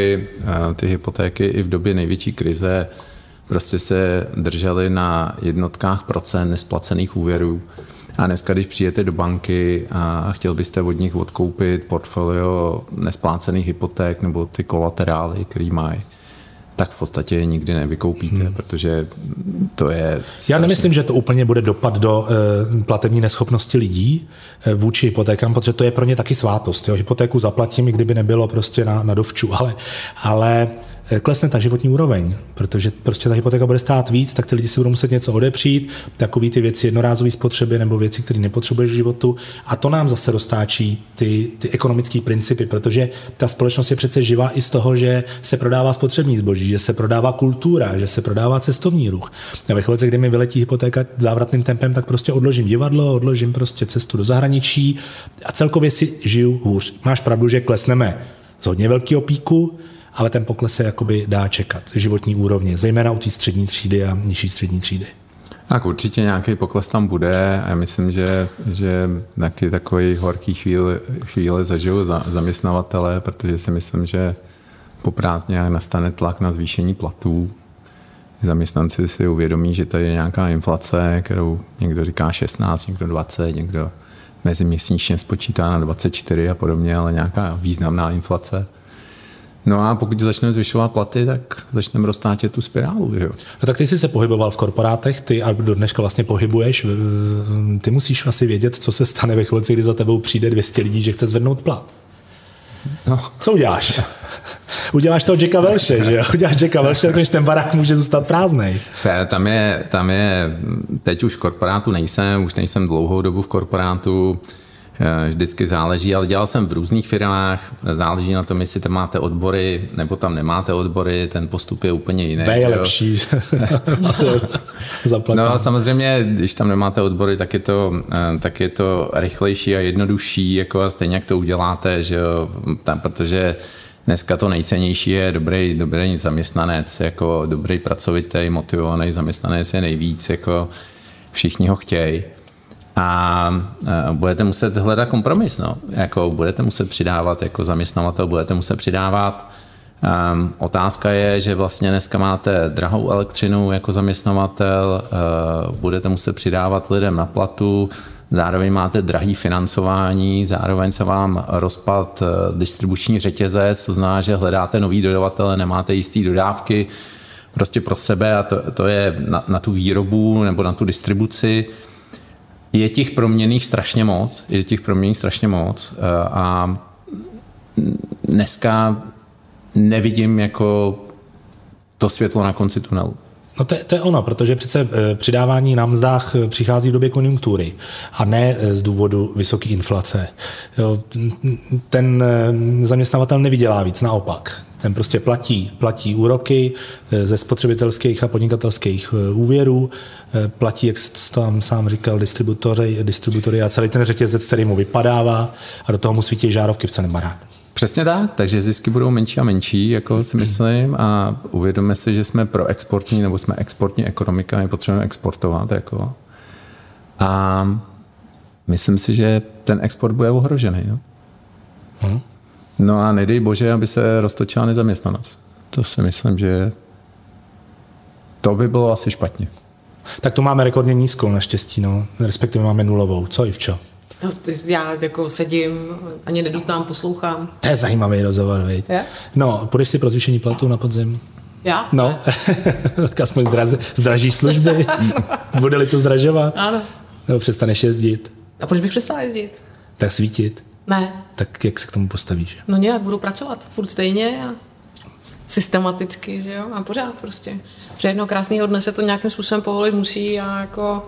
hypotéky i v době největší krize prostě se držely na jednotkách procent nesplacených úvěrů. A dneska, když přijete do banky a chtěl byste od nich odkoupit portfolio nesplácených hypoték nebo ty kolaterály, který mají, tak v podstatě nikdy nevykoupíte, protože to je... Já nemyslím, že to úplně bude dopad do platební neschopnosti lidí vůči hypotékám, protože to je pro ně taky svátost. Jo? Hypotéku zaplatím, i kdyby nebylo prostě na dovču, ale klesne ta životní úroveň, protože prostě ta hypotéka bude stát víc, tak ty lidi si budou muset něco odepřít, takový ty věci jednorázové spotřeby nebo věci, které nepotřebuješ v životu a to nám zase roztáčí ty ekonomické principy, protože ta společnost je přece živá i z toho, že se prodává spotřební zboží, že se prodává kultura, že se prodává cestovní ruch. A ve chvíli, kdy mi vyletí hypotéka závratným tempem, tak prostě odložím divadlo, odložím prostě cestu do zahraničí a celkově si žiju hůř. Máš pravdu, že klesneme z hodně velkého píku, ale ten pokles se jakoby dá čekat, životní úrovně, zejména u té střední třídy a nižší střední třídy. Tak určitě nějaký pokles tam bude a já myslím, že taky takový horký chvíle zažijou zaměstnavatele, protože si myslím, že po prázdninách nastane tlak na zvýšení platů. Zaměstnanci si uvědomí, že tady je nějaká inflace, kterou někdo říká 16, někdo 20, někdo meziměsíčně spočítá na 24 a podobně, ale nějaká významná inflace. No a pokud začneme zvyšovat platy, tak začneme roztáčet tu spirálu. Jo? No tak ty jsi se pohyboval v korporátech, ty a do dneška vlastně pohybuješ. Ty musíš asi vědět, co se stane ve chvíli, kdy za tebou přijde 200 lidí, že chce zvednout plat. No. Co uděláš? Uděláš toho Jacka Welche, že jo? Uděláš Jacka Welche, když ten barák může zůstat prázdnej. Tam je, teď už v korporátu nejsem, už nejsem dlouhou dobu v korporátu, vždycky záleží, ale dělal jsem v různých firmách, záleží na tom, jestli tam máte odbory, nebo tam nemáte odbory, ten postup je úplně jiný. B je lepší. No samozřejmě, když tam nemáte odbory, tak je to rychlejší a jednodušší, jako a stejně jak to uděláte, že jo, tam, protože dneska to nejcennější je dobrý zaměstnanec, jako dobrý pracovitý, motivovaný zaměstnanec je nejvíc, jako všichni ho chtějí. A budete muset hledat kompromis, no. Jako budete muset přidávat jako zaměstnavatel, budete muset přidávat. Otázka je, že vlastně dneska máte drahou elektřinu jako zaměstnavatel, budete muset přidávat lidem na platu, zároveň máte drahý financování, zároveň se vám rozpad distribuční řetězec, to znamená, že hledáte nový dodavatele, nemáte jistý dodávky prostě pro sebe a to je na tu výrobu nebo na tu distribuci. Je těch proměnných strašně moc a dneska nevidím jako to světlo na konci tunelu. No to je ono, protože přece přidávání na mzdách přichází v době konjunktury a ne z důvodu vysoké inflace. Jo, ten zaměstnavatel nevydělá víc, naopak. Ten prostě platí úroky ze spotřebitelských a podnikatelských úvěrů, platí, jak jsi tam sám říkal, distributory a celý ten řetězec, který mu vypadává a do toho mu svítí žárovky v celém baráku. Přesně tak, takže zisky budou menší a menší, jako si myslím, a uvědomme si, že jsme pro exportní, nebo jsme exportní ekonomika, my potřebujeme exportovat. Jako. A myslím si, že ten export bude ohrožený. No? No a nedej bože, aby se roztočila nezaměstnanost. To si myslím, že to by bylo asi špatně. Tak to máme rekordně nízkou naštěstí, no. Respektive máme nulovou. Co, Ivčo? No, já jako sedím, ani nedutám, poslouchám. To je zajímavý rozhovor, viď? No, půjdeš si pro zvýšení platů na podzim? Já? No, tak aspoň zdražíš služby. Bude-li co zdražovat? Ano. Nebo přestaneš jezdit? A proč bych přestala jezdit? Tak svítit. Ne. Tak jak se k tomu postavíš? No nějak budu pracovat, furt stejně a systematicky, že jo, a pořád prostě. Že jednoho krásného dne se to nějakým způsobem povolit musí a jako...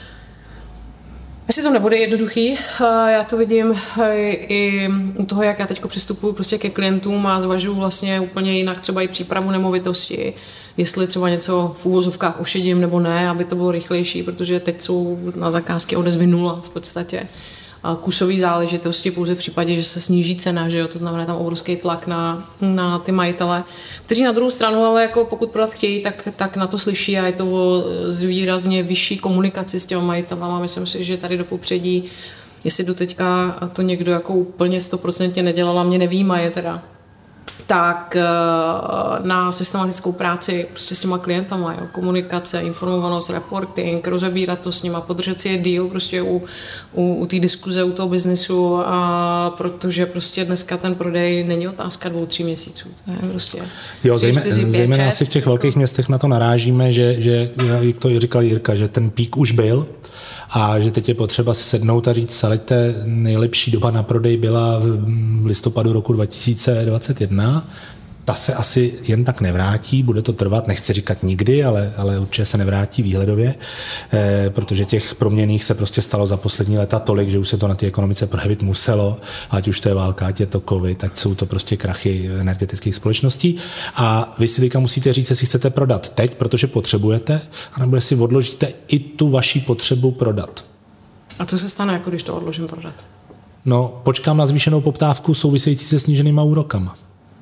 Asi to nebude jednoduchý, já to vidím i u toho, jak já teď přistupuji prostě ke klientům a zvažuji vlastně úplně jinak třeba i přípravu nemovitosti, jestli třeba něco v úvozovkách ošidím nebo ne, aby to bylo rychlejší, protože teď jsou na zakázky odezvy 0 v podstatě. Kusové záležitosti pouze v případě, že se sníží cena, že jo? To znamená tam obrovský tlak na ty majitele, kteří na druhou stranu, ale jako pokud prodat chtějí, tak na to slyší a je to o výrazně vyšší komunikaci s těmi majitelama. Myslím si, že tady do popředí, jestli do teďka to někdo jako úplně 100% nedělala, mě nevímaje teda, tak na systematickou práci prostě s těma klientama, jo, komunikace, informovanost, reporting, rozebírat to s nima, podržet si je deal prostě u té diskuze, u toho biznesu, a protože prostě dneska ten prodej není otázka 2-3 měsíců. To je prostě jo, 3, 4, 5, zejména 6, asi v těch velkých městech na to narážíme, že jak to i říkal Jirka, že ten pík už byl a že teď je potřeba si sednout a říct, celé nejlepší doba na prodej byla v listopadu roku 2021. Ta se asi jen tak nevrátí, bude to trvat, nechci říkat nikdy, ale určitě se nevrátí výhledově, protože těch proměnných se prostě stalo za poslední léta tolik, že už se to na té ekonomice projevit muselo, ať už to je válka, ať je to covid, ať jsou to prostě krachy energetických společností. A vy si teďka musíte říct, jestli chcete prodat teď, protože potřebujete, anebo jestli odložíte i tu vaši potřebu prodat. A co se stane, jako když to odložím prodat? No, počkám na zvýšenou poptávku související se sníženýma úrokama.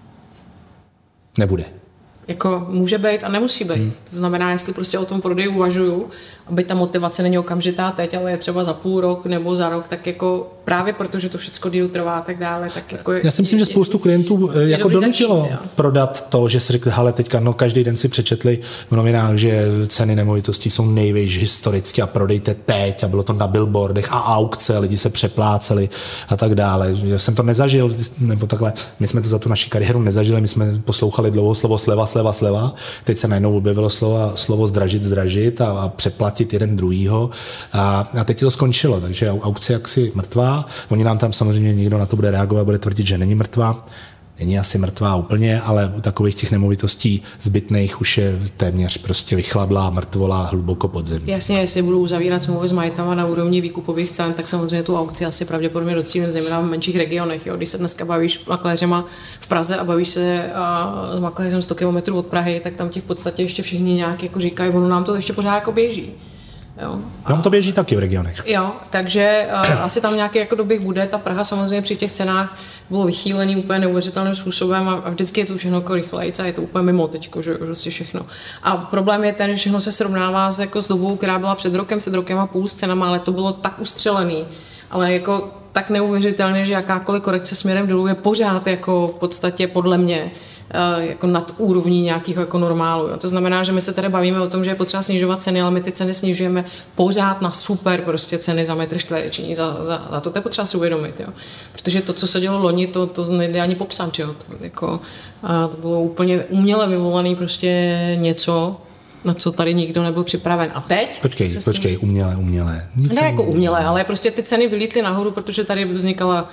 Nebude. Jako může být a nemusí být. To znamená, jestli prostě o tom prodeji uvažuju, aby ta motivace není okamžitá teď, ale je třeba za půl rok nebo za rok, tak jako právě protože to všechno díl trvá a tak dále, tak jako... Já si myslím, že spoustu klientů jako donutilo prodat to, že si řekli, hele, teďka každý den si přečetli v novinách, že ceny nemovitostí jsou nejvyšší historicky a prodejte teď a bylo to na billboardech a aukce, lidi se přepláceli a tak dále. Já jsem to nezažil, nebo takhle, my jsme to za tu naši kariéru nezažili, my jsme poslouchali dlouho slovo sleva. Teď se najednou objevilo slovo zdražit a přeplatit jeden druhýho a teď to skončilo, takže aukce jaksi mrtvá. Oni nám tam samozřejmě někdo na to bude reagovat, bude tvrdit, že není mrtvá. Není asi mrtvá úplně, ale u takových těch nemovitostí zbytných už je téměř prostě vychladlá, mrtvolá hluboko pod zemí. Jasně, jestli budou uzavírat smlouvy s majitama na úrovni výkupových cen, tak samozřejmě tu aukci asi pravděpodobně docílím, zejména v menších regionech. Jo. Když se dneska bavíš s makléřema v Praze a bavíš se s makléřem 100 km od Prahy, tak tam ti v podstatě ještě všichni nějak jako říkají, ono nám to ještě pořád jako běží. Jo. Nám to běží taky v regionech. Jo, takže asi tam nějaký jako doběh bude. Ta Praha samozřejmě při těch cenách bylo vychýlený úplně neuvěřitelným způsobem a vždycky je to všechno jako rychlejc a je to úplně mimo teďko, že prostě všechno. A problém je ten, že všechno se srovnává s dobou, která byla před rokem a půl s cenama, ale to bylo tak ustřelený, ale jako tak neuvěřitelné, že jakákoliv korekce směrem dolů je pořád jako v podstatě podle mě jako nad úrovní nějakého jako normálu. Jo. To znamená, že my se tady bavíme o tom, že je potřeba snižovat ceny, ale my ty ceny snižujeme pořád na super prostě ceny za metr čtvereční. Za to je potřeba si uvědomit. Jo. Protože to, co se dělo loni, to nejde ani popsat. Jo. To bylo úplně uměle vyvolaný prostě něco, na co tady nikdo nebyl připraven. A teď? Počkej, umělé. Ne jako umělé, ale prostě ty ceny vylítly nahoru, protože tady vznikala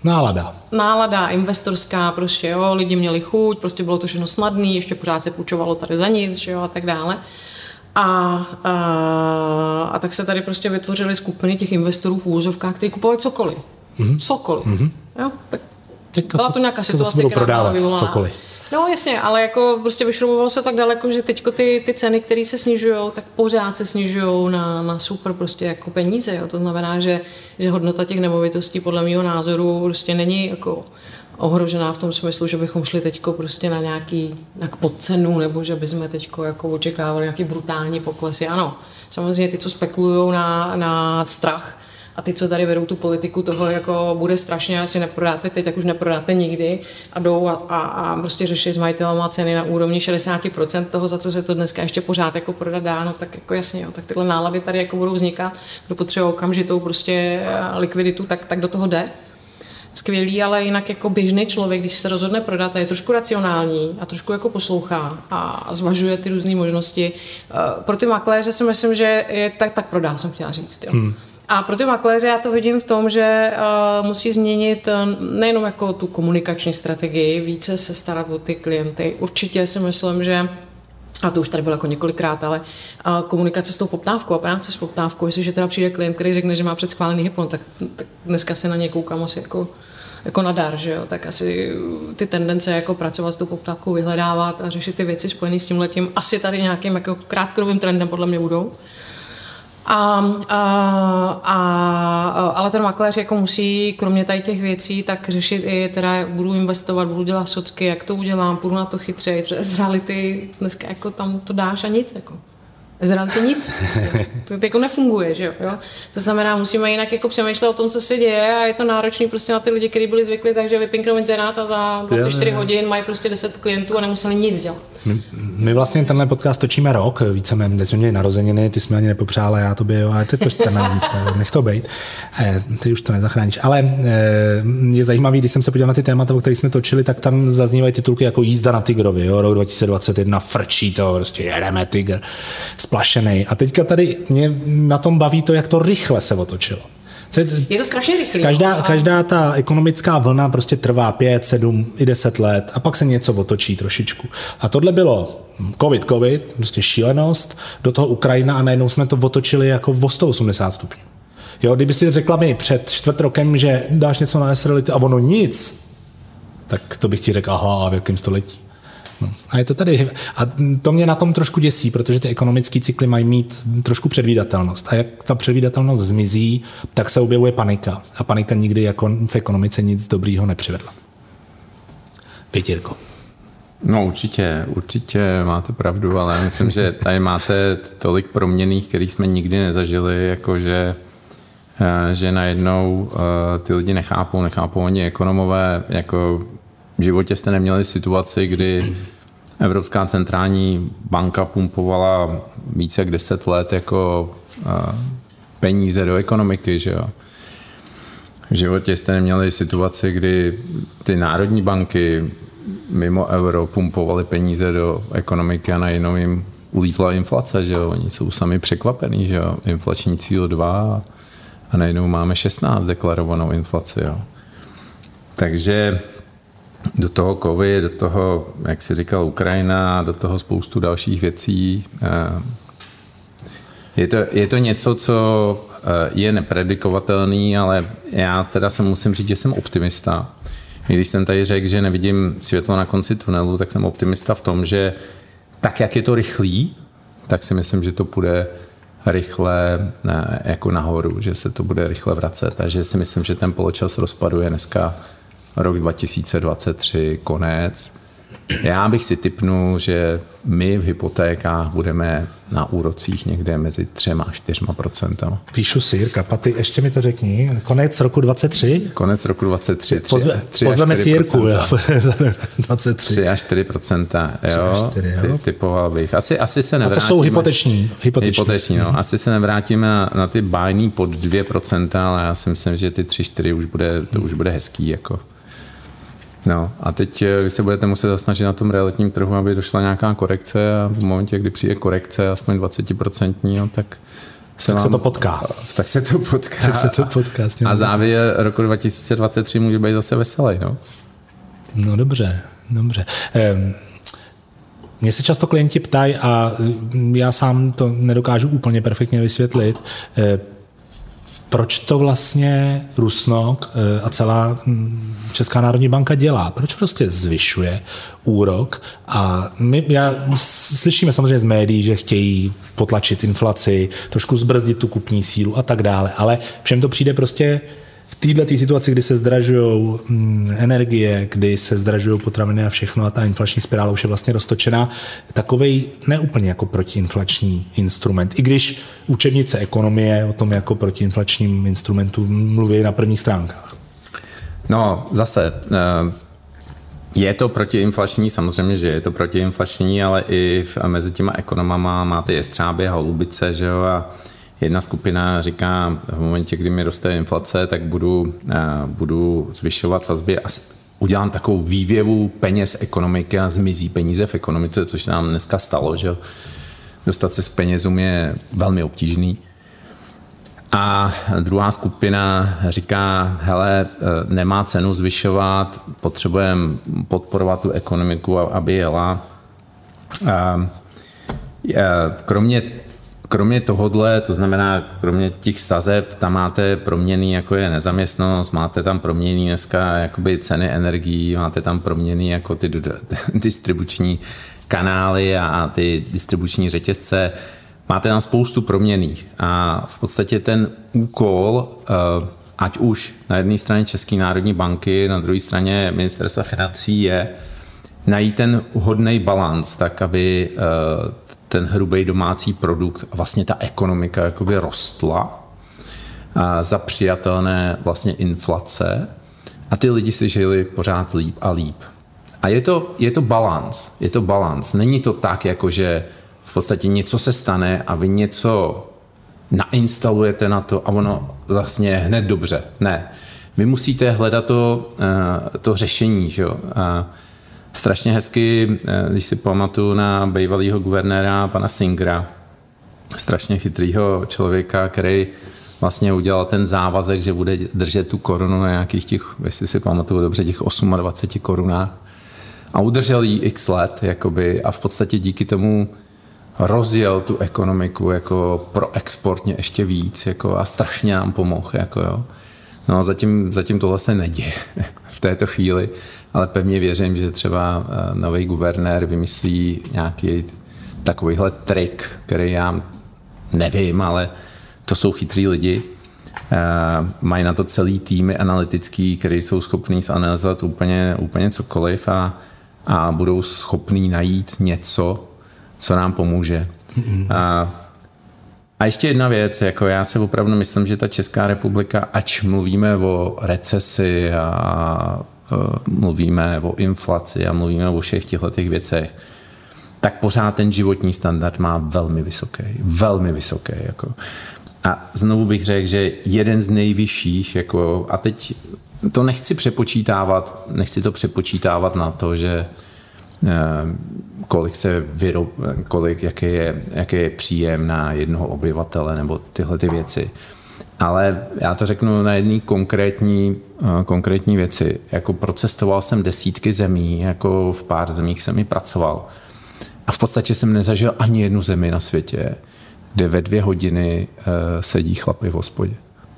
Nálada investorská, prostě jo, lidi měli chuť, prostě bylo to všechno snadný, ještě pořád se půjčovalo tady za nic, že jo, a tak dále. A tak se tady prostě vytvořily skupiny těch investorů v úvozovkách, kteří kupovali cokoliv. Cokoliv. Jo? Byla to nějaká situace, která byla vyvolaná. Cokoliv. No jasně, ale jako prostě vyšroubovalo se tak daleko, že teďko ty ceny, které se snižujou, tak pořád se snižujou na super prostě jako peníze. Jo? To znamená, že hodnota těch nemovitostí podle mého názoru prostě není jako ohrožená v tom smyslu, že bychom šli teďko prostě na nějaký podcenu, nebo že bychom teďko jako očekávali nějaký brutální poklesy. Ano, samozřejmě ty, co spekulují na strach, a ty, co tady vedou tu politiku toho, jako bude strašně, asi neprodáte teď, tak už neprodáte nikdy a jdou a prostě řeší s majitelama ceny na úrovni 60% toho, za co se to dneska ještě pořád jako prodat dá, no tak jako jasně, jo, tak tyhle nálady tady jako budou vznikat, kdo potřebuje okamžitou prostě likviditu, tak do toho jde. Skvělý, ale jinak jako běžný člověk, když se rozhodne prodat a je trošku racionální a trošku jako poslouchá a zvažuje ty různé možnosti. Pro ty makléře si myslím, že je tak prodá, jsem chtěla říct. Jo. A pro ty makléře já to vidím v tom, že musí změnit nejenom jako tu komunikační strategii, více se starat o ty klienty. Určitě si myslím, že a to už tady bylo jako několikrát, ale komunikace s tou poptávkou a práce s poptávkou, jestliže teda přijde klient, který řekne, že má předschválený hypon, tak dneska se na ně koukám asi jako na dar, že jo, tak asi ty tendence jako pracovat s tou poptávkou, vyhledávat a řešit ty věci spojené s tímhletím, asi tady nějakým jako krátkodobým trendem podle mě budou. Ale ten makléř jako musí, kromě tady těch věcí, tak řešit i teda budu investovat, budu dělat socky, jak to udělám, půjdu na to chytřeji, protože z reality dneska jako tam to dáš a nic jako. Z reality nic. To jako nefunguje, že jo? To znamená, musíme jinak jako přemýšlet o tom, co se děje a je to náročný prostě na ty lidi, kteří byli zvyklí, takže vypinknou inzerát a za 24 hodin mají prostě 10 klientů a nemuseli nic dělat. My vlastně tenhle podcast točíme rok, víceméně, kde jsme měli narozeniny, ty jsme ani nepopřála, já tobě, jo, ale ty to 14 dní, nech to bejt, ty už to nezachráníš. Ale je zajímavý, když jsem se podíval na ty témata, o kterých jsme točili, tak tam zaznívají titulky jako jízda na Tigrovi, jo, rok 2021, frčí to, prostě jedeme Tigr, splašenej. A teďka tady mě na tom baví to, jak to rychle se otočilo. Je to strašně rychlý. Každá ta ekonomická vlna prostě trvá 5, 7 i 10 let a pak se něco otočí trošičku. A tohle bylo covid, prostě šílenost, do toho Ukrajina a najednou jsme to otočili jako o 180 stupňů. Jo, kdyby si řekla mi před 4 rokem, že dáš něco na SRLity a ono nic, tak to bych ti řekl, aha, a v jakém století. No. A je to tady. A to mě na tom trošku děsí, protože ty ekonomické cykly mají mít trošku předvídatelnost. A jak ta předvídatelnost zmizí, tak se objevuje panika. A panika nikdy jako v ekonomice nic dobrýho nepřivedla. Pětírko. No určitě máte pravdu, ale myslím, že tady máte tolik proměnných, který jsme nikdy nezažili, jakože že najednou ty lidi nechápou ani ekonomové, jako v životě jste neměli situaci, kdy Evropská centrální banka pumpovala více jak 10 let jako peníze do ekonomiky, že jo. V životě jste neměli situaci, kdy ty národní banky mimo euro pumpovaly peníze do ekonomiky a najednou jim ulítla inflace, že jo. Oni jsou sami překvapení, že jo. Inflační cíl 2 a najednou máme 16 deklarovanou inflaci, jo. Takže do toho covid, do toho, jak si říkal, Ukrajina, do toho spoustu dalších věcí. Je to něco, co je nepredikovatelný, ale já teda se musím říct, že jsem optimista. Když jsem tady řekl, že nevidím světlo na konci tunelu, tak jsem optimista v tom, že tak, jak je to rychlý, tak si myslím, že to půjde rychle jako nahoru, že se to bude rychle vracet. Takže si myslím, že ten poločas rozpadu je dneska rok 2023, konec. Já bych si tipnul, že my v hypotékách budeme na úrocích někde mezi 3-4%. Píšu si, Jirka, Paty, ještě mi to řekni. Konec roku 23? Konec roku 23. Pozveme si Jirku, jo. 23. 3-4%, jo. Typoval bych. Asi se nevrátíme. A to jsou hypoteční. No. Asi se nevrátíme na ty bájný pod 2%, ale já si myslím, že ty 3-4 už bude hezký, jako. No a teď vy se budete muset zasnažit na tom realitním trhu, aby došla nějaká korekce a v momentě, kdy přijde korekce, aspoň 20%, no, tak se to potká. Tak se to potká. A závěr roku 2023 může být zase veselý, no. No dobře. Mě se často klienti ptají a já sám to nedokážu úplně perfektně vysvětlit, proč to vlastně Rusnok a celá Česká národní banka dělá? Proč prostě zvyšuje úrok? A já slyšíme samozřejmě z médií, že chtějí potlačit inflaci, trošku zbrzdit tu kupní sílu a tak dále, ale všem to přijde prostě v této situaci, kdy se zdražují energie, kdy se zdražují potraviny a všechno a ta inflační spirála už je vlastně roztočená, takovej neúplně jako protiinflační instrument. I když učebnice ekonomie o tom jako protiinflačním instrumentu mluví na prvních stránkách. No zase, je to protiinflační, samozřejmě, že je to protiinflační, ale i mezi těma ekonomama máte jestřáby a holubice, že jo, a jedna skupina říká, v momentě, kdy mi roste inflace, tak budu zvyšovat sazby a udělám takovou vývěvu peněz ekonomiky a zmizí peníze v ekonomice, což se nám dneska stalo, že dostat se s penězům je velmi obtížný. A druhá skupina říká, hele, nemá cenu zvyšovat, potřebujeme podporovat tu ekonomiku, aby jela. Kromě tohodle, to znamená, kromě těch sazeb, tam máte proměnný, jako je nezaměstnanost, máte tam proměnný dneska jakoby ceny energií, máte tam proměnný jako ty distribuční kanály a ty distribuční řetězce, máte tam spoustu proměnných. A v podstatě ten úkol, ať už na jedné straně České národní banky, na druhé straně Ministerstva financí, je najít ten vhodný balans, tak aby ten hrubý domácí produkt a vlastně ta ekonomika jakoby rostla za přijatelné vlastně inflace a ty lidi si žili pořád líp a líp. A je to balans. Není to tak, jako že v podstatě něco se stane a vy něco nainstalujete na to a ono vlastně je hned dobře. Ne. Vy musíte hledat to řešení, že jo. Strašně hezky, když si pamatuju na bývalýho guvernéra pana Singera, strašně chytrýho člověka, který vlastně udělal ten závazek, že bude držet tu korunu na nějakých těch, jestli si pamatuju dobře, těch 28 korunách a udržel ji x let jakoby, a v podstatě díky tomu rozjel tu ekonomiku jako pro exportně ještě víc jako, a strašně nám pomohl. Jako, jo. No a zatím tohle se neděje v této chvíli, ale pevně věřím, že třeba nový guvernér vymyslí nějaký takovýhle trik, který já nevím, ale to jsou chytrý lidi. Mají na to celý týmy analytický, který jsou schopní zanalyzovat úplně cokoliv a budou schopní najít něco, co nám pomůže. A ještě jedna věc, jako já si opravdu myslím, že ta Česká republika, ač mluvíme o recesi a mluvíme o inflaci a mluvíme o všech těchto věcech, tak pořád ten životní standard má velmi vysoký. Jako. A znovu bych řekl, že jeden z nejvyšších, jako, a teď to nechci to přepočítávat na to, že jaký je příjem na jednoho obyvatele nebo tyhle ty věci. Ale já to řeknu na jedné konkrétní věci. Jako procestoval jsem desítky zemí, jako v pár zemích jsem i pracoval. A v podstatě jsem nezažil ani jednu zemi na světě, kde ve 2 hodiny sedí chlapi v hospodě.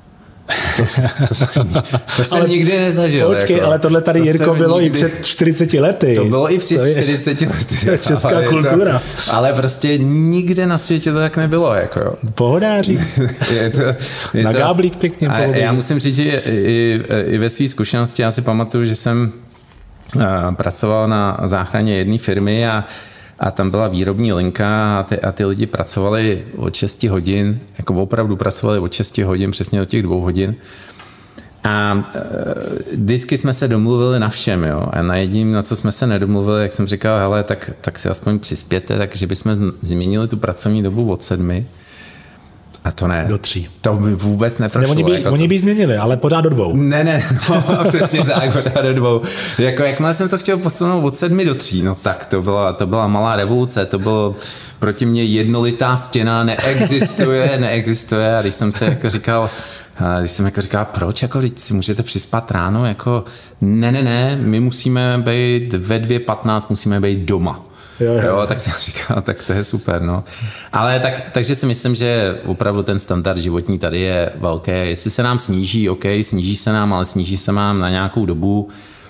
To jsem nikdy nezažil. Počkej, jako, ale tohle tady, Jirko, bylo i před 40 lety. To bylo i před 40 lety. To je česká kultura. Ale prostě nikde na světě to tak nebylo. Jako, jo. Pohodáří. Na gáblík pěkně. Já musím říct, že i ve své zkušenosti, já si pamatuju, že jsem pracoval na záchraně jedné firmy a tam byla výrobní linka a ty lidi pracovali od 6 hodin, jako opravdu pracovali od 6 hodin, přesně do těch 2 hodin. A vždycky jsme se domluvili na všem, jo. A na jedním, na co jsme se nedomluvili, jak jsem říkal, hele, tak si aspoň přispěte, takže bychom změnili tu pracovní dobu od 7. A to ne. Do 3. To by vůbec neprošlo. Oni by změnili, ale pořád do 2. Ne, přesně tak, pořád do 2. Jako jakmile jsem to chtěl posunout od 7 do 3, no tak to byla malá revoluce, to bylo proti mně jednolitá stěna, neexistuje. A když jsem říkal, proč, jako když si můžete přispat ráno, jako ne, my musíme být ve 2:15, musíme být doma. Jo, tak jsem říkal, tak to je super, no. Ale takže si myslím, že opravdu ten standard životní tady je velký. Jestli se nám sníží, OK, sníží se nám, ale sníží se nám na nějakou dobu.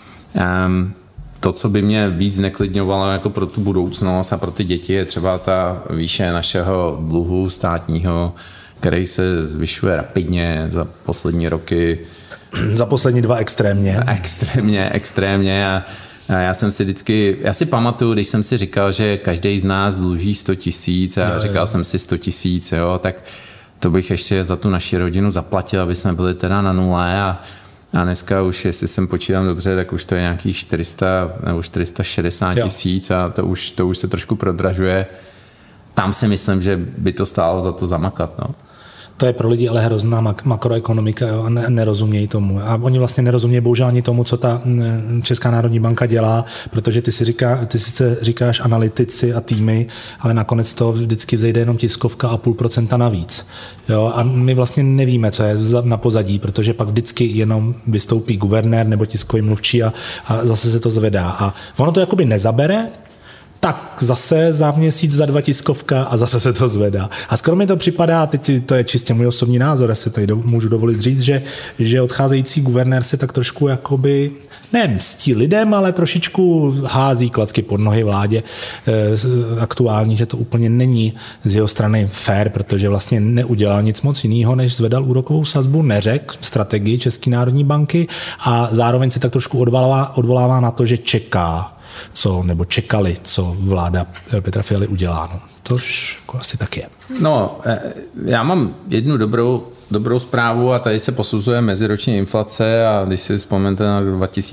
To, co by mě víc neklidňovalo jako pro tu budoucnost a pro ty děti, je třeba ta výše našeho dluhu státního, který se zvyšuje rapidně za poslední roky. Za poslední 2 extrémně. Extrémně. A já si pamatuju, když jsem si říkal, že každý z nás dluží 100 000 a říkal jsem si 100 000, jo, tak to bych ještě za tu naši rodinu zaplatil, aby jsme byli teda na nule a dneska už, jestli jsem počítám dobře, tak už to je nějakých 400 nebo 460 000 a to už se trošku prodražuje. Tam si myslím, že by to stálo za to zamakat, no. To je pro lidi ale hrozná makroekonomika, jo, a nerozumějí tomu. A oni vlastně nerozumějí bohužel ani tomu, co ta Česká národní banka dělá, protože ty sice říkáš analytici a týmy, ale nakonec to vždycky vzejde jenom tiskovka a 0,5% navíc. Jo, a my vlastně nevíme, co je na pozadí, protože pak vždycky jenom vystoupí guvernér nebo tiskový mluvčí a zase se to zvedá. A ono to jakoby nezabere, tak zase za měsíc, za 2 tiskovka a zase se to zvedá. A skoro mi to připadá, teď to je čistě můj osobní názor, já si tady můžu dovolit říct, že odcházející guvernér se tak trošku jakoby ne mstí lidem, ale trošičku hází klacky pod nohy vládě aktuální, že to úplně není z jeho strany fair, protože vlastně neudělal nic moc jiného, než zvedal úrokovou sazbu, neřekl strategii České národní banky a zároveň se tak trošku odvolává na to, že čeká, čekali, co vláda Petra Fialy udělá. No, to už jako asi tak je. No, já mám jednu dobrou zprávu a tady se posuzuje meziroční inflace a když si vzpomenete na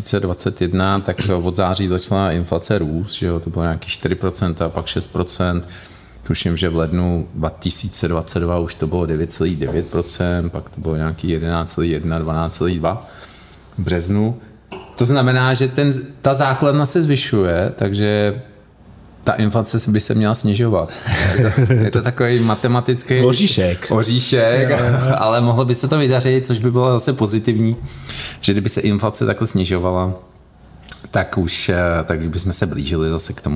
2021, tak od září začala inflace růst, že jo, to bylo nějaký 4% a pak 6%. Tuším, že v lednu 2022 už to bylo 9,9%, pak to bylo nějaký 11,1, 12,2 v březnu. To znamená, že ta základna se zvyšuje, takže ta inflace by se měla snižovat. Je to takový matematický oříšek, ale mohlo by se to vydařit, což by bylo zase pozitivní, že kdyby se inflace takhle snižovala, tak už bychom se blížili zase k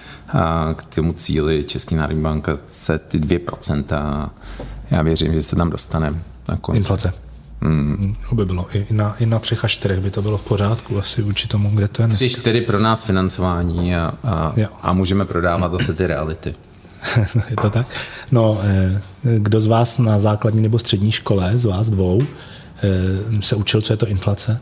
tomu cíli České národní banka se ty 2%. Já věřím, že se tam dostaneme nakonec. Inflace. By bylo. I na 3 a 4 by to bylo v pořádku, asi vůči tomu, kde to je dneska. 3-4 pro nás financování a můžeme prodávat zase ty reality. Je to tak? No, kdo z vás na základní nebo střední škole, z vás dvou, se učil, co je to inflace?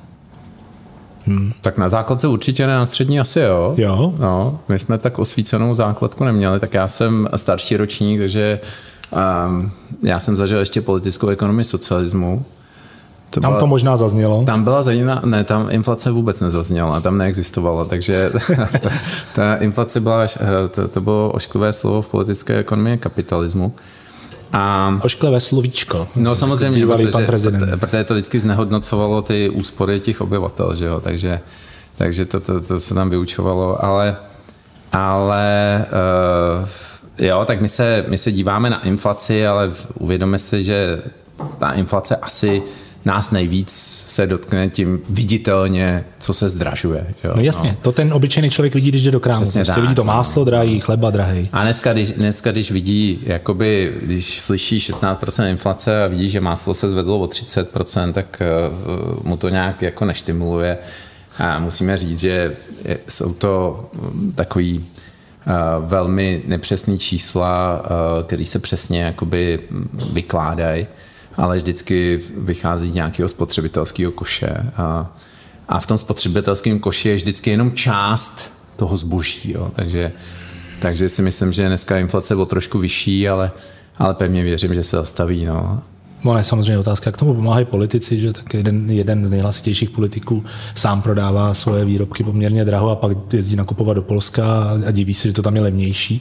Tak na základce určitě ne, na střední asi jo. Jo? No, my jsme tak osvícenou základku neměli, tak já jsem starší ročník, takže já jsem zažil ještě politickou ekonomii socialismu. Tam to možná zaznělo. Tam byla ne, tam inflace vůbec nezazněla, tam neexistovala, takže ta inflace byla, to bylo ošklivé slovo v politické ekonomii kapitalismu. Ošklivé slovíčko. No samozřejmě, protože to vždycky znehodnocovalo ty úspory těch obyvatel, že jo, takže to se tam vyučovalo, ale jo, tak my se díváme na inflaci, ale uvědomme si, že ta inflace asi nás nejvíc se dotkne tím viditelně, co se zdražuje. Jo? No jasně, to ten obyčejný člověk vidí, když jde do krámu. Prostě vidí to máslo drahý, chleba drahý. A dneska, když vidí, jakoby, když slyší 16% inflace a vidí, že máslo se zvedlo o 30%, tak mu to nějak jako neštimuluje. A musíme říct, že jsou to takový velmi nepřesný čísla, které se přesně jakoby vykládají, ale vždycky vychází z nějakého spotřebitelského koše. A v tom spotřebitelském koši je vždycky jenom část toho zboží. Jo. Takže si myslím, že dneska inflace bylo trošku vyšší, ale pevně věřím, že se zastaví. No. Ono je samozřejmě otázka, jak tomu pomáhají politici, že tak jeden z nejhlasitějších politiků sám prodává svoje výrobky poměrně draho a pak jezdí nakupovat do Polska a diví se, že to tam je levnější.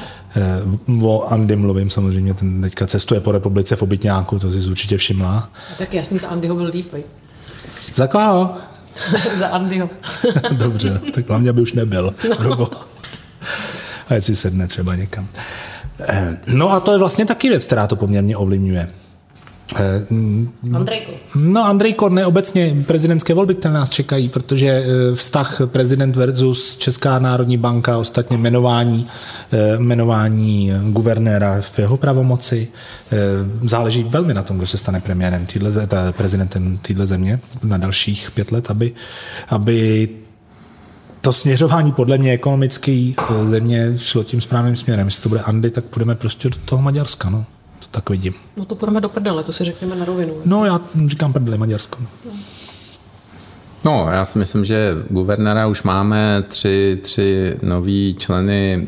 O Andy mluvím samozřejmě, ten teďka cestuje po republice v obytňáku, to si určitě všimla. Tak jasný, za Andyho byl líp. Za koho? Za Andyho. Dobře, tak hlavně by už nebyl. No. A ať si sedne třeba někam. No a to je vlastně taky věc, která to poměrně ovlivňuje. Andrejko. No Andrejko, ne obecně prezidentské volby, které nás čekají, protože vztah prezident versus Česká národní banka, ostatně jmenování guvernéra v jeho pravomoci, záleží velmi na tom, kdo se stane premiérem, prezidentem téhle země na dalších 5 let, aby to směřování podle mě ekonomické země šlo tím správným směrem. Jestli to bude Andy, tak půjdeme prostě do toho Maďarska, no. To tak vidím. No to půjdeme do prdele, to si řekneme na rovinu. No já říkám prdele Maďarsko. No, já si myslím, že guvernéra už máme, 3 nový členy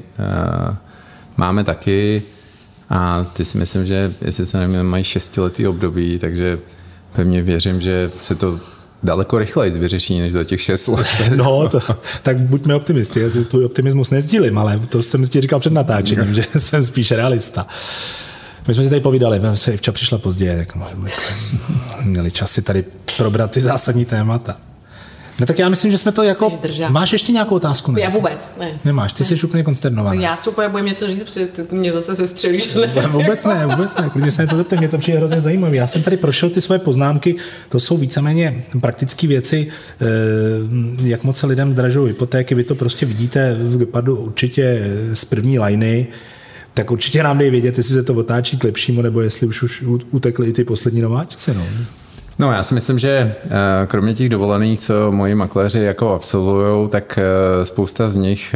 máme taky a ty si myslím, že jestli se nevím, mají 6letý období, takže pevně věřím, že se to daleko rychleji vyřeší, než za těch 6 let. No, tak buďme optimisti. Já tvůj optimismus nezdílím, ale to jsem ti říkal před natáčením, že jsem spíš realista. My jsme si tady povídali, se včera přišla později, jako měli čas si tady probrat ty zásadní témata. No tak já myslím, že jsme to jako... Máš ještě nějakou otázku? Ne? Já vůbec, ne. Nemáš, ty jsi úplně konsternovaná. Já se úplně bojím něco říct, protože ty mě zase sestřelíš. Vůbec ne. Klidně se něco zeptej, mě to přijde hrozně zajímavé. Já jsem tady prošel ty svoje poznámky, to jsou víceméně praktické věci, jak moc se lidem zdražují hypotéky, vy to prostě vidíte v Gepardu určitě z první lajny, tak určitě nám dej vědět, jestli se to otáčí k lepšímu, nebo jestli už utekly i ty poslední nováčci. No, já si myslím, že kromě těch dovolených, co moji makléři jako absolvujou, tak spousta z nich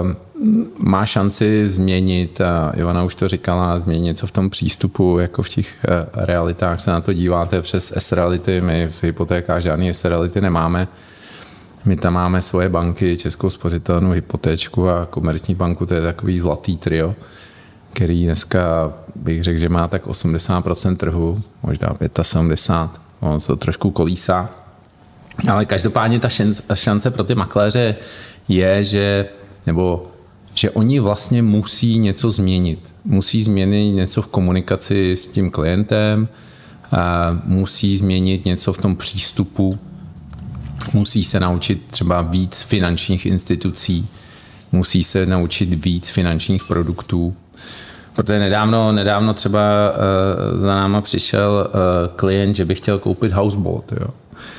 má šanci změnit, a Ivana už to říkala, změnit něco v tom přístupu, jako v těch realitách se na to díváte přes S-reality, my v hypotékách žádný S-reality nemáme. My tam máme svoje banky, Českou spořitelnu, hypotéčku a Komerční banku, to je takový zlatý trio, který dneska bych řekl, že má tak 80% trhu, možná 75%. On se to trošku kolísá. Ale každopádně ta šance pro ty makléře je, že oni vlastně musí něco změnit. Musí změnit něco v komunikaci s tím klientem, musí změnit něco v tom přístupu, musí se naučit třeba víc finančních institucí, musí se naučit víc finančních produktů. Protože nedávno třeba za náma přišel klient, že by chtěl koupit houseboat, jo.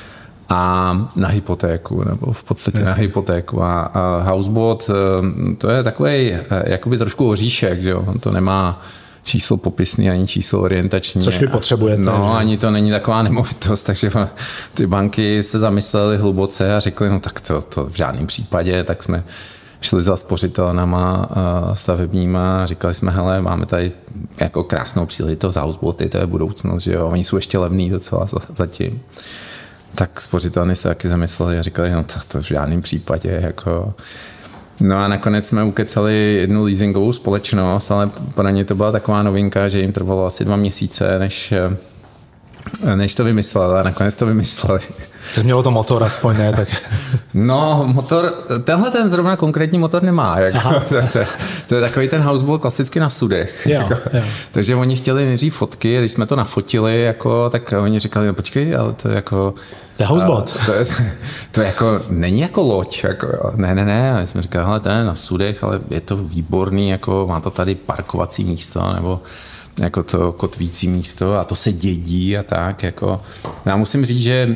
A na hypotéku, nebo v podstatě na hypotéku. A houseboat, to je takovej jakoby trošku oříšek, že jo. On to nemá číslo popisný, ani číslo orientační. Což vy potřebujete. No, že? Ani to není taková nemovitost, takže ty banky se zamyslely hluboce a řekly, no tak to v žádném případě, tak jsme šli za spořitelnama stavebníma a říkali jsme, hele, máme tady jako krásnou příležitost houseboaty, to je budoucnost, že jo, oni jsou ještě levný docela zatím. Tak spořitelny se taky zamysleli a říkali, no to v žádném případě, jako... No a nakonec jsme ukecali jednu leasingovou společnost, ale pro ně to byla taková novinka, že jim trvalo asi 2 měsíce, než to vymysleli, a nakonec to vymysleli. Tak mělo to motor aspoň, ne? Tak... No, motor, ten zrovna konkrétní motor nemá. Jako, to je takový ten houseboat klasicky na sudech. Jo. Takže oni chtěli nejdřív fotky, když jsme to nafotili, jako, tak oni říkali, no počkej, ale to jako... To je houseboat. To jako není jako loď. Jako, ne. A my jsme říkali, hele, to je na sudech, ale je to výborný, jako, má to tady parkovací místo, nebo jako to kotvící místo a to se dědí a tak. Jako. Já musím říct, že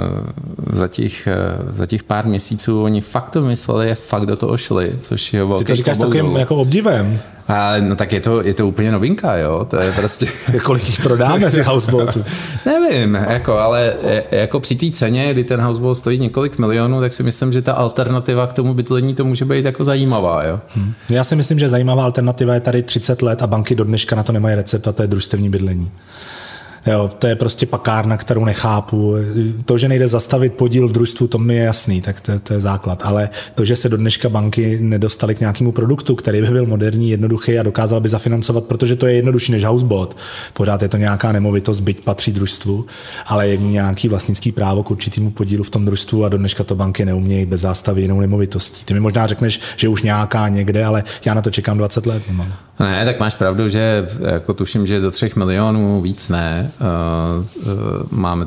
za těch pár měsíců oni fakt to mysleli, fakt do toho šli, což je velký. Ty to říkáš takovým jako obdivem. No tak je to úplně novinka, jo, to je prostě... Kolik jich prodáme těch houseboatů? Nevím, jako, ale jako při té ceně, kdy ten houseboat stojí několik milionů, tak si myslím, že ta alternativa k tomu bydlení to může být jako zajímavá, jo. Já si myslím, že zajímavá alternativa je tady 30 let a banky do dneška na to nemají recept a to je družstevní bydlení. Jo, to je prostě pakárna, kterou nechápu. To, že nejde zastavit podíl v družstvu, to mi je jasný, tak to je základ. Ale to, že se do dneška banky nedostaly k nějakému produktu, který by byl moderní, jednoduchý a dokázal by zafinancovat, protože to je jednodušší než houseboat. Pořád je to nějaká nemovitost, byť patří družstvu, ale je v ní nějaký vlastnický právo k určitému podílu v tom družstvu a do dneška to banky neumějí bez zástavy jinou nemovitostí. Ty mi možná řekneš, že už nějaká někde, ale já na to čekám 20 let. Ne, tak máš pravdu, že jako tuším, že do 3 milionů víc ne. Máme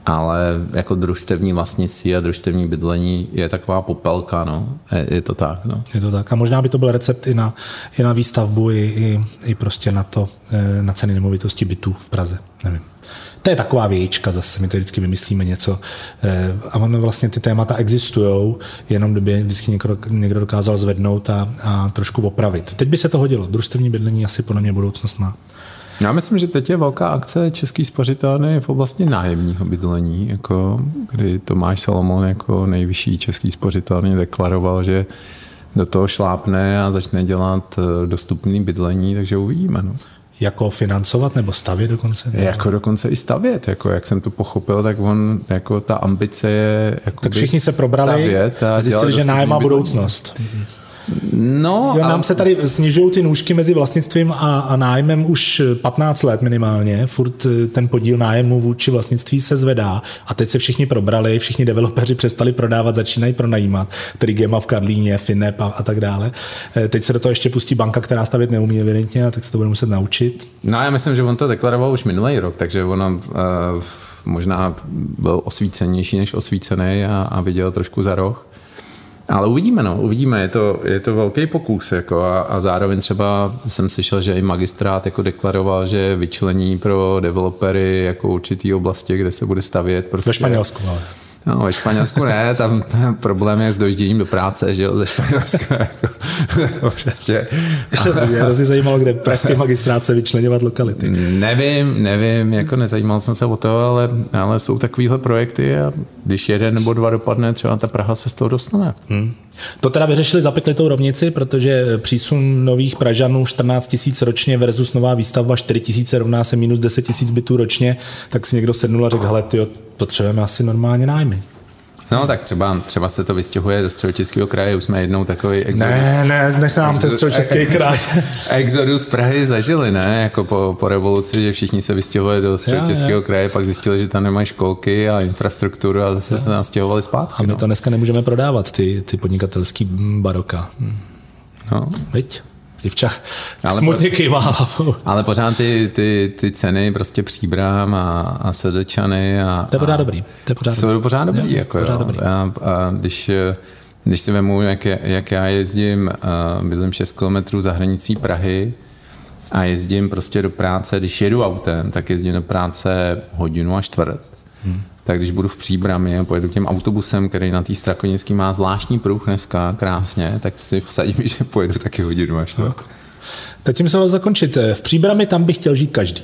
ale jako družstevní vlastnictví a družstevní bydlení je taková popelka, no. Je to tak, no. Je to tak. A možná by to byl recept i na výstavbu, i prostě na ceny nemovitosti bytů v Praze. Nevím. To je taková vějíčka zase, my to vždycky vymyslíme něco a ono vlastně ty témata existujou, jenom kdyby vždycky někdo dokázal zvednout a trošku opravit. Teď by se to hodilo. Družstevní bydlení asi podle mě budoucnost má. Já myslím, že teď je velká akce Český spořitelny v oblasti nájemního bydlení, jako kdy Tomáš Salomon jako nejvyšší Český spořitelny deklaroval, že do toho šlápne a začne dělat dostupný bydlení, takže uvidíme. No. Jako financovat nebo stavět dokonce? Jako dokonce i stavět, jako jak jsem to pochopil, tak on, jako ta ambice je jako tak všichni se probrali a zjistili, že nájem má budoucnost. No, nám se tady snižují ty nůžky mezi vlastnictvím a nájmem už 15 let minimálně. Furt ten podíl nájmu vůči vlastnictví se zvedá a teď se všichni probrali, všichni developeři přestali prodávat, začínají pronajímat, tedy Gema v Karlíně, Finep a tak dále. Teď se do toho ještě pustí banka, která stavět neumí evidentně, a tak se to bude muset naučit. No já myslím, že on to deklaroval už minulý rok, takže on možná byl osvícenější než osvícený a viděl trošku za roh. Ale uvidíme, je to velký pokus, jako a zároveň třeba jsem slyšel, že i magistrát jako deklaroval, že vyčlení pro developery jako určitý oblasti, kde se bude stavět. Prostě. Ve Španělsku, ale. No, ve Španělsku ne, tam problém je s dojížděním do práce, že jo, ze Španělska. Jako, prostě. Mě hrozně zajímalo, kde pražský magistrát se vyčleňovat lokality. Nevím, jako nezajímal jsem se o to, ale jsou takovýhle projekty a když jeden nebo dva dopadne, třeba ta Praha se z toho dostane. To teda vyřešili za peklitou rovnici, protože přísun nových Pražanů 14 000 ročně versus nová výstavba 4 000 rovná se minus 10 000 bytů ročně, tak si někdo sednul a řekl, hele, tyjo, potřebujeme asi normálně nájmy. No tak třeba se to vystěhuje do Středočeského kraje, už jsme jednou takový exodus. Ne, nechám ten Středočeský kraj. Exodus Prahy zažili, ne? Jako po revoluci, že všichni se vystěhovali do Středočeského kraje, pak zjistili, že tam nemají školky a infrastrukturu a zase se nastěhovali zpátky. A my to dneska nemůžeme prodávat, ty podnikatelský baroka. No. Viď? Smutně kývá hlavou. Ale pořád ty ceny prostě Příbram a Sedlčany to je pořád dobrý. Jsou pořád dobrý. Jako pořád dobrý. A když si vemu, jak já jezdím, bydlím 6 kilometrů za hranicí Prahy a jezdím prostě do práce, když jedu autem, tak jezdím do práce 1.25 hodiny. Tak když budu v Příbrami a pojedu tím autobusem, který na té Strakonické má zvláštní pruh dneska, krásně, tak si vsadím, že pojedu taky 1.25 hodiny. Teď tím se dalo zakončit. V Příbrami tam bych chtěl žít každý.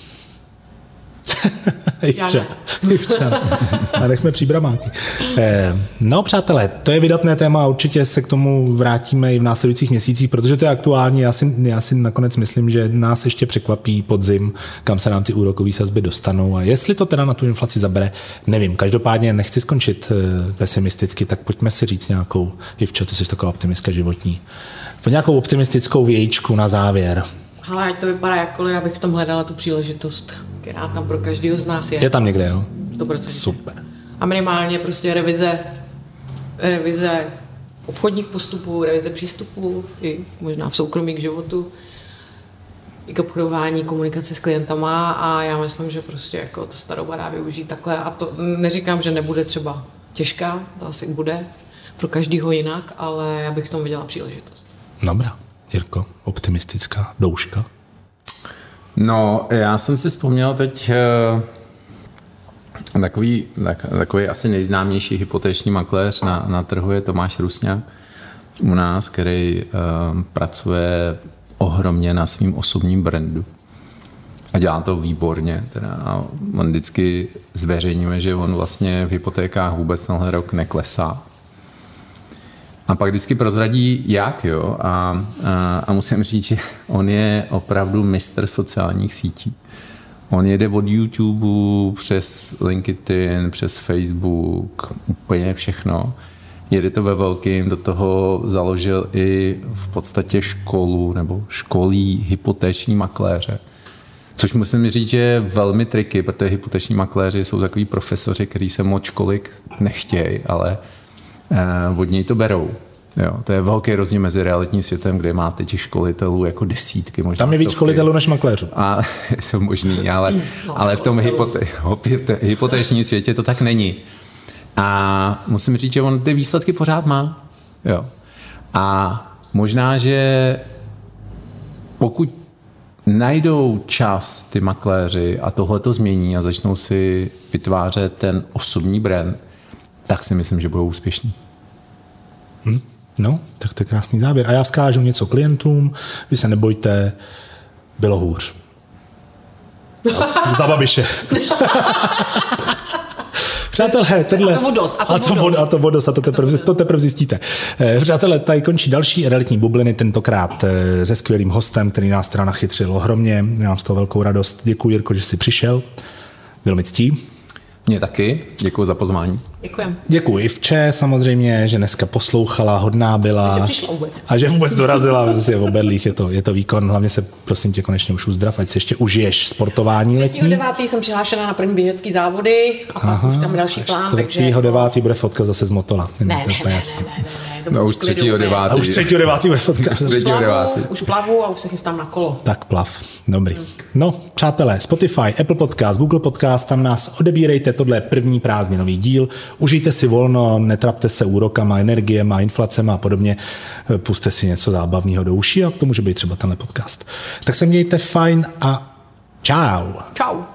A nechme Příbramáky. No, přátelé, to je vydatné téma a určitě se k tomu vrátíme i v následujících měsících, protože to je aktuální. Já si nakonec myslím, že nás ještě překvapí podzim, kam se nám ty úrokové sazby dostanou a jestli to teda na tu inflaci zabere, nevím. Každopádně nechci skončit pesimisticky, tak pojďme si říct nějakou, Ivčo, ty jsi taková optimistka životní, nějakou optimistickou vějíčku na závěr. Ale ať to vypadá jakkoliv, abych v tom hledala tu příležitost, která tam pro každého z nás je. Je tam někde, jo? 100%. Super. A minimálně prostě revize obchodních postupů, revize přístupů, i možná v soukromí k životu, i k obchodování, komunikaci s klientama a já myslím, že prostě jako to se ta doba dá využít takhle a to neříkám, že nebude třeba těžká, to asi bude pro každýho jinak, ale já bych v tom viděla příležitost. Dobrá. Jirko, optimistická douška? No, já jsem si vzpomněl teď takový asi nejznámější hypoteční makléř na trhu je Tomáš Rusňák u nás, který pracuje ohromně na svým osobním brandu. A dělá to výborně. Teda on vždycky zveřejňuje, že on vlastně v hypotékách vůbec tenhle rok neklesá. A pak vždycky prozradí, jak, jo. A musím říct, že on je opravdu mistr sociálních sítí. On jede od YouTube přes LinkedIn, přes Facebook, úplně všechno. Jede to ve velkým, do toho založil i v podstatě školu nebo školí hypotéční makléře. Což musím říct, že je velmi triky, protože hypotéční makléři jsou takový profesoři, kteří se moc školik nechtějí, ale od něj to berou. Jo, to je velký rozdíl mezi realitním světem, kde máte těch školitelů jako desítky, možná Tam je víc školitelů než makléřů. A je to možný, ale v tom hypotečním světě to tak není. A musím říct, že on ty výsledky pořád má. Jo. A možná, že pokud najdou čas ty makléři a tohle to změní a začnou si vytvářet ten osobní brand, tak si myslím, že budou úspěšní. No, tak to je krásný záběr. A já vzkážu něco klientům, vy se nebojte, bylo hůř. Za Babiše. Přátelé, tohle... A to vodost, a to teprve zjistíte. Přátelé, tady končí další realitní bubliny, tentokrát se skvělým hostem, který nás teda nachytřil ohromně. Já mám z toho velkou radost. Děkuji, Jirko, že jsi přišel. Bylo mi ctí. Mně taky. Děkuji za pozvání. Děkujem. Děkuji Ivče samozřejmě, že dneska poslouchala, hodná byla. A že přišla vůbec. A že vůbec dorazila v Oberlích, je to výkon. Hlavně se prosím tě konečně už uzdrav, ať si ještě užiješ sportování letní. 3.9. jsem přihlášena na první běžecký závody a pak už tam další plán. 4.9. bude fotka zase z Motola. Ne. No už 3.9. A už 3.9. bude fotka. Už plavu a už se chystám na kolo. Tak plav. Dobrý. No, přátelé, Spotify, Apple Podcast, Google Podcast, tam nás odebírejte, tohle je první prázdninový díl. Užijte si volno, netrapte se úrokama, energiema, inflacema a podobně. Puste si něco zábavného do uší a to může být třeba tenhle podcast. Tak se mějte fajn a čau. Čau.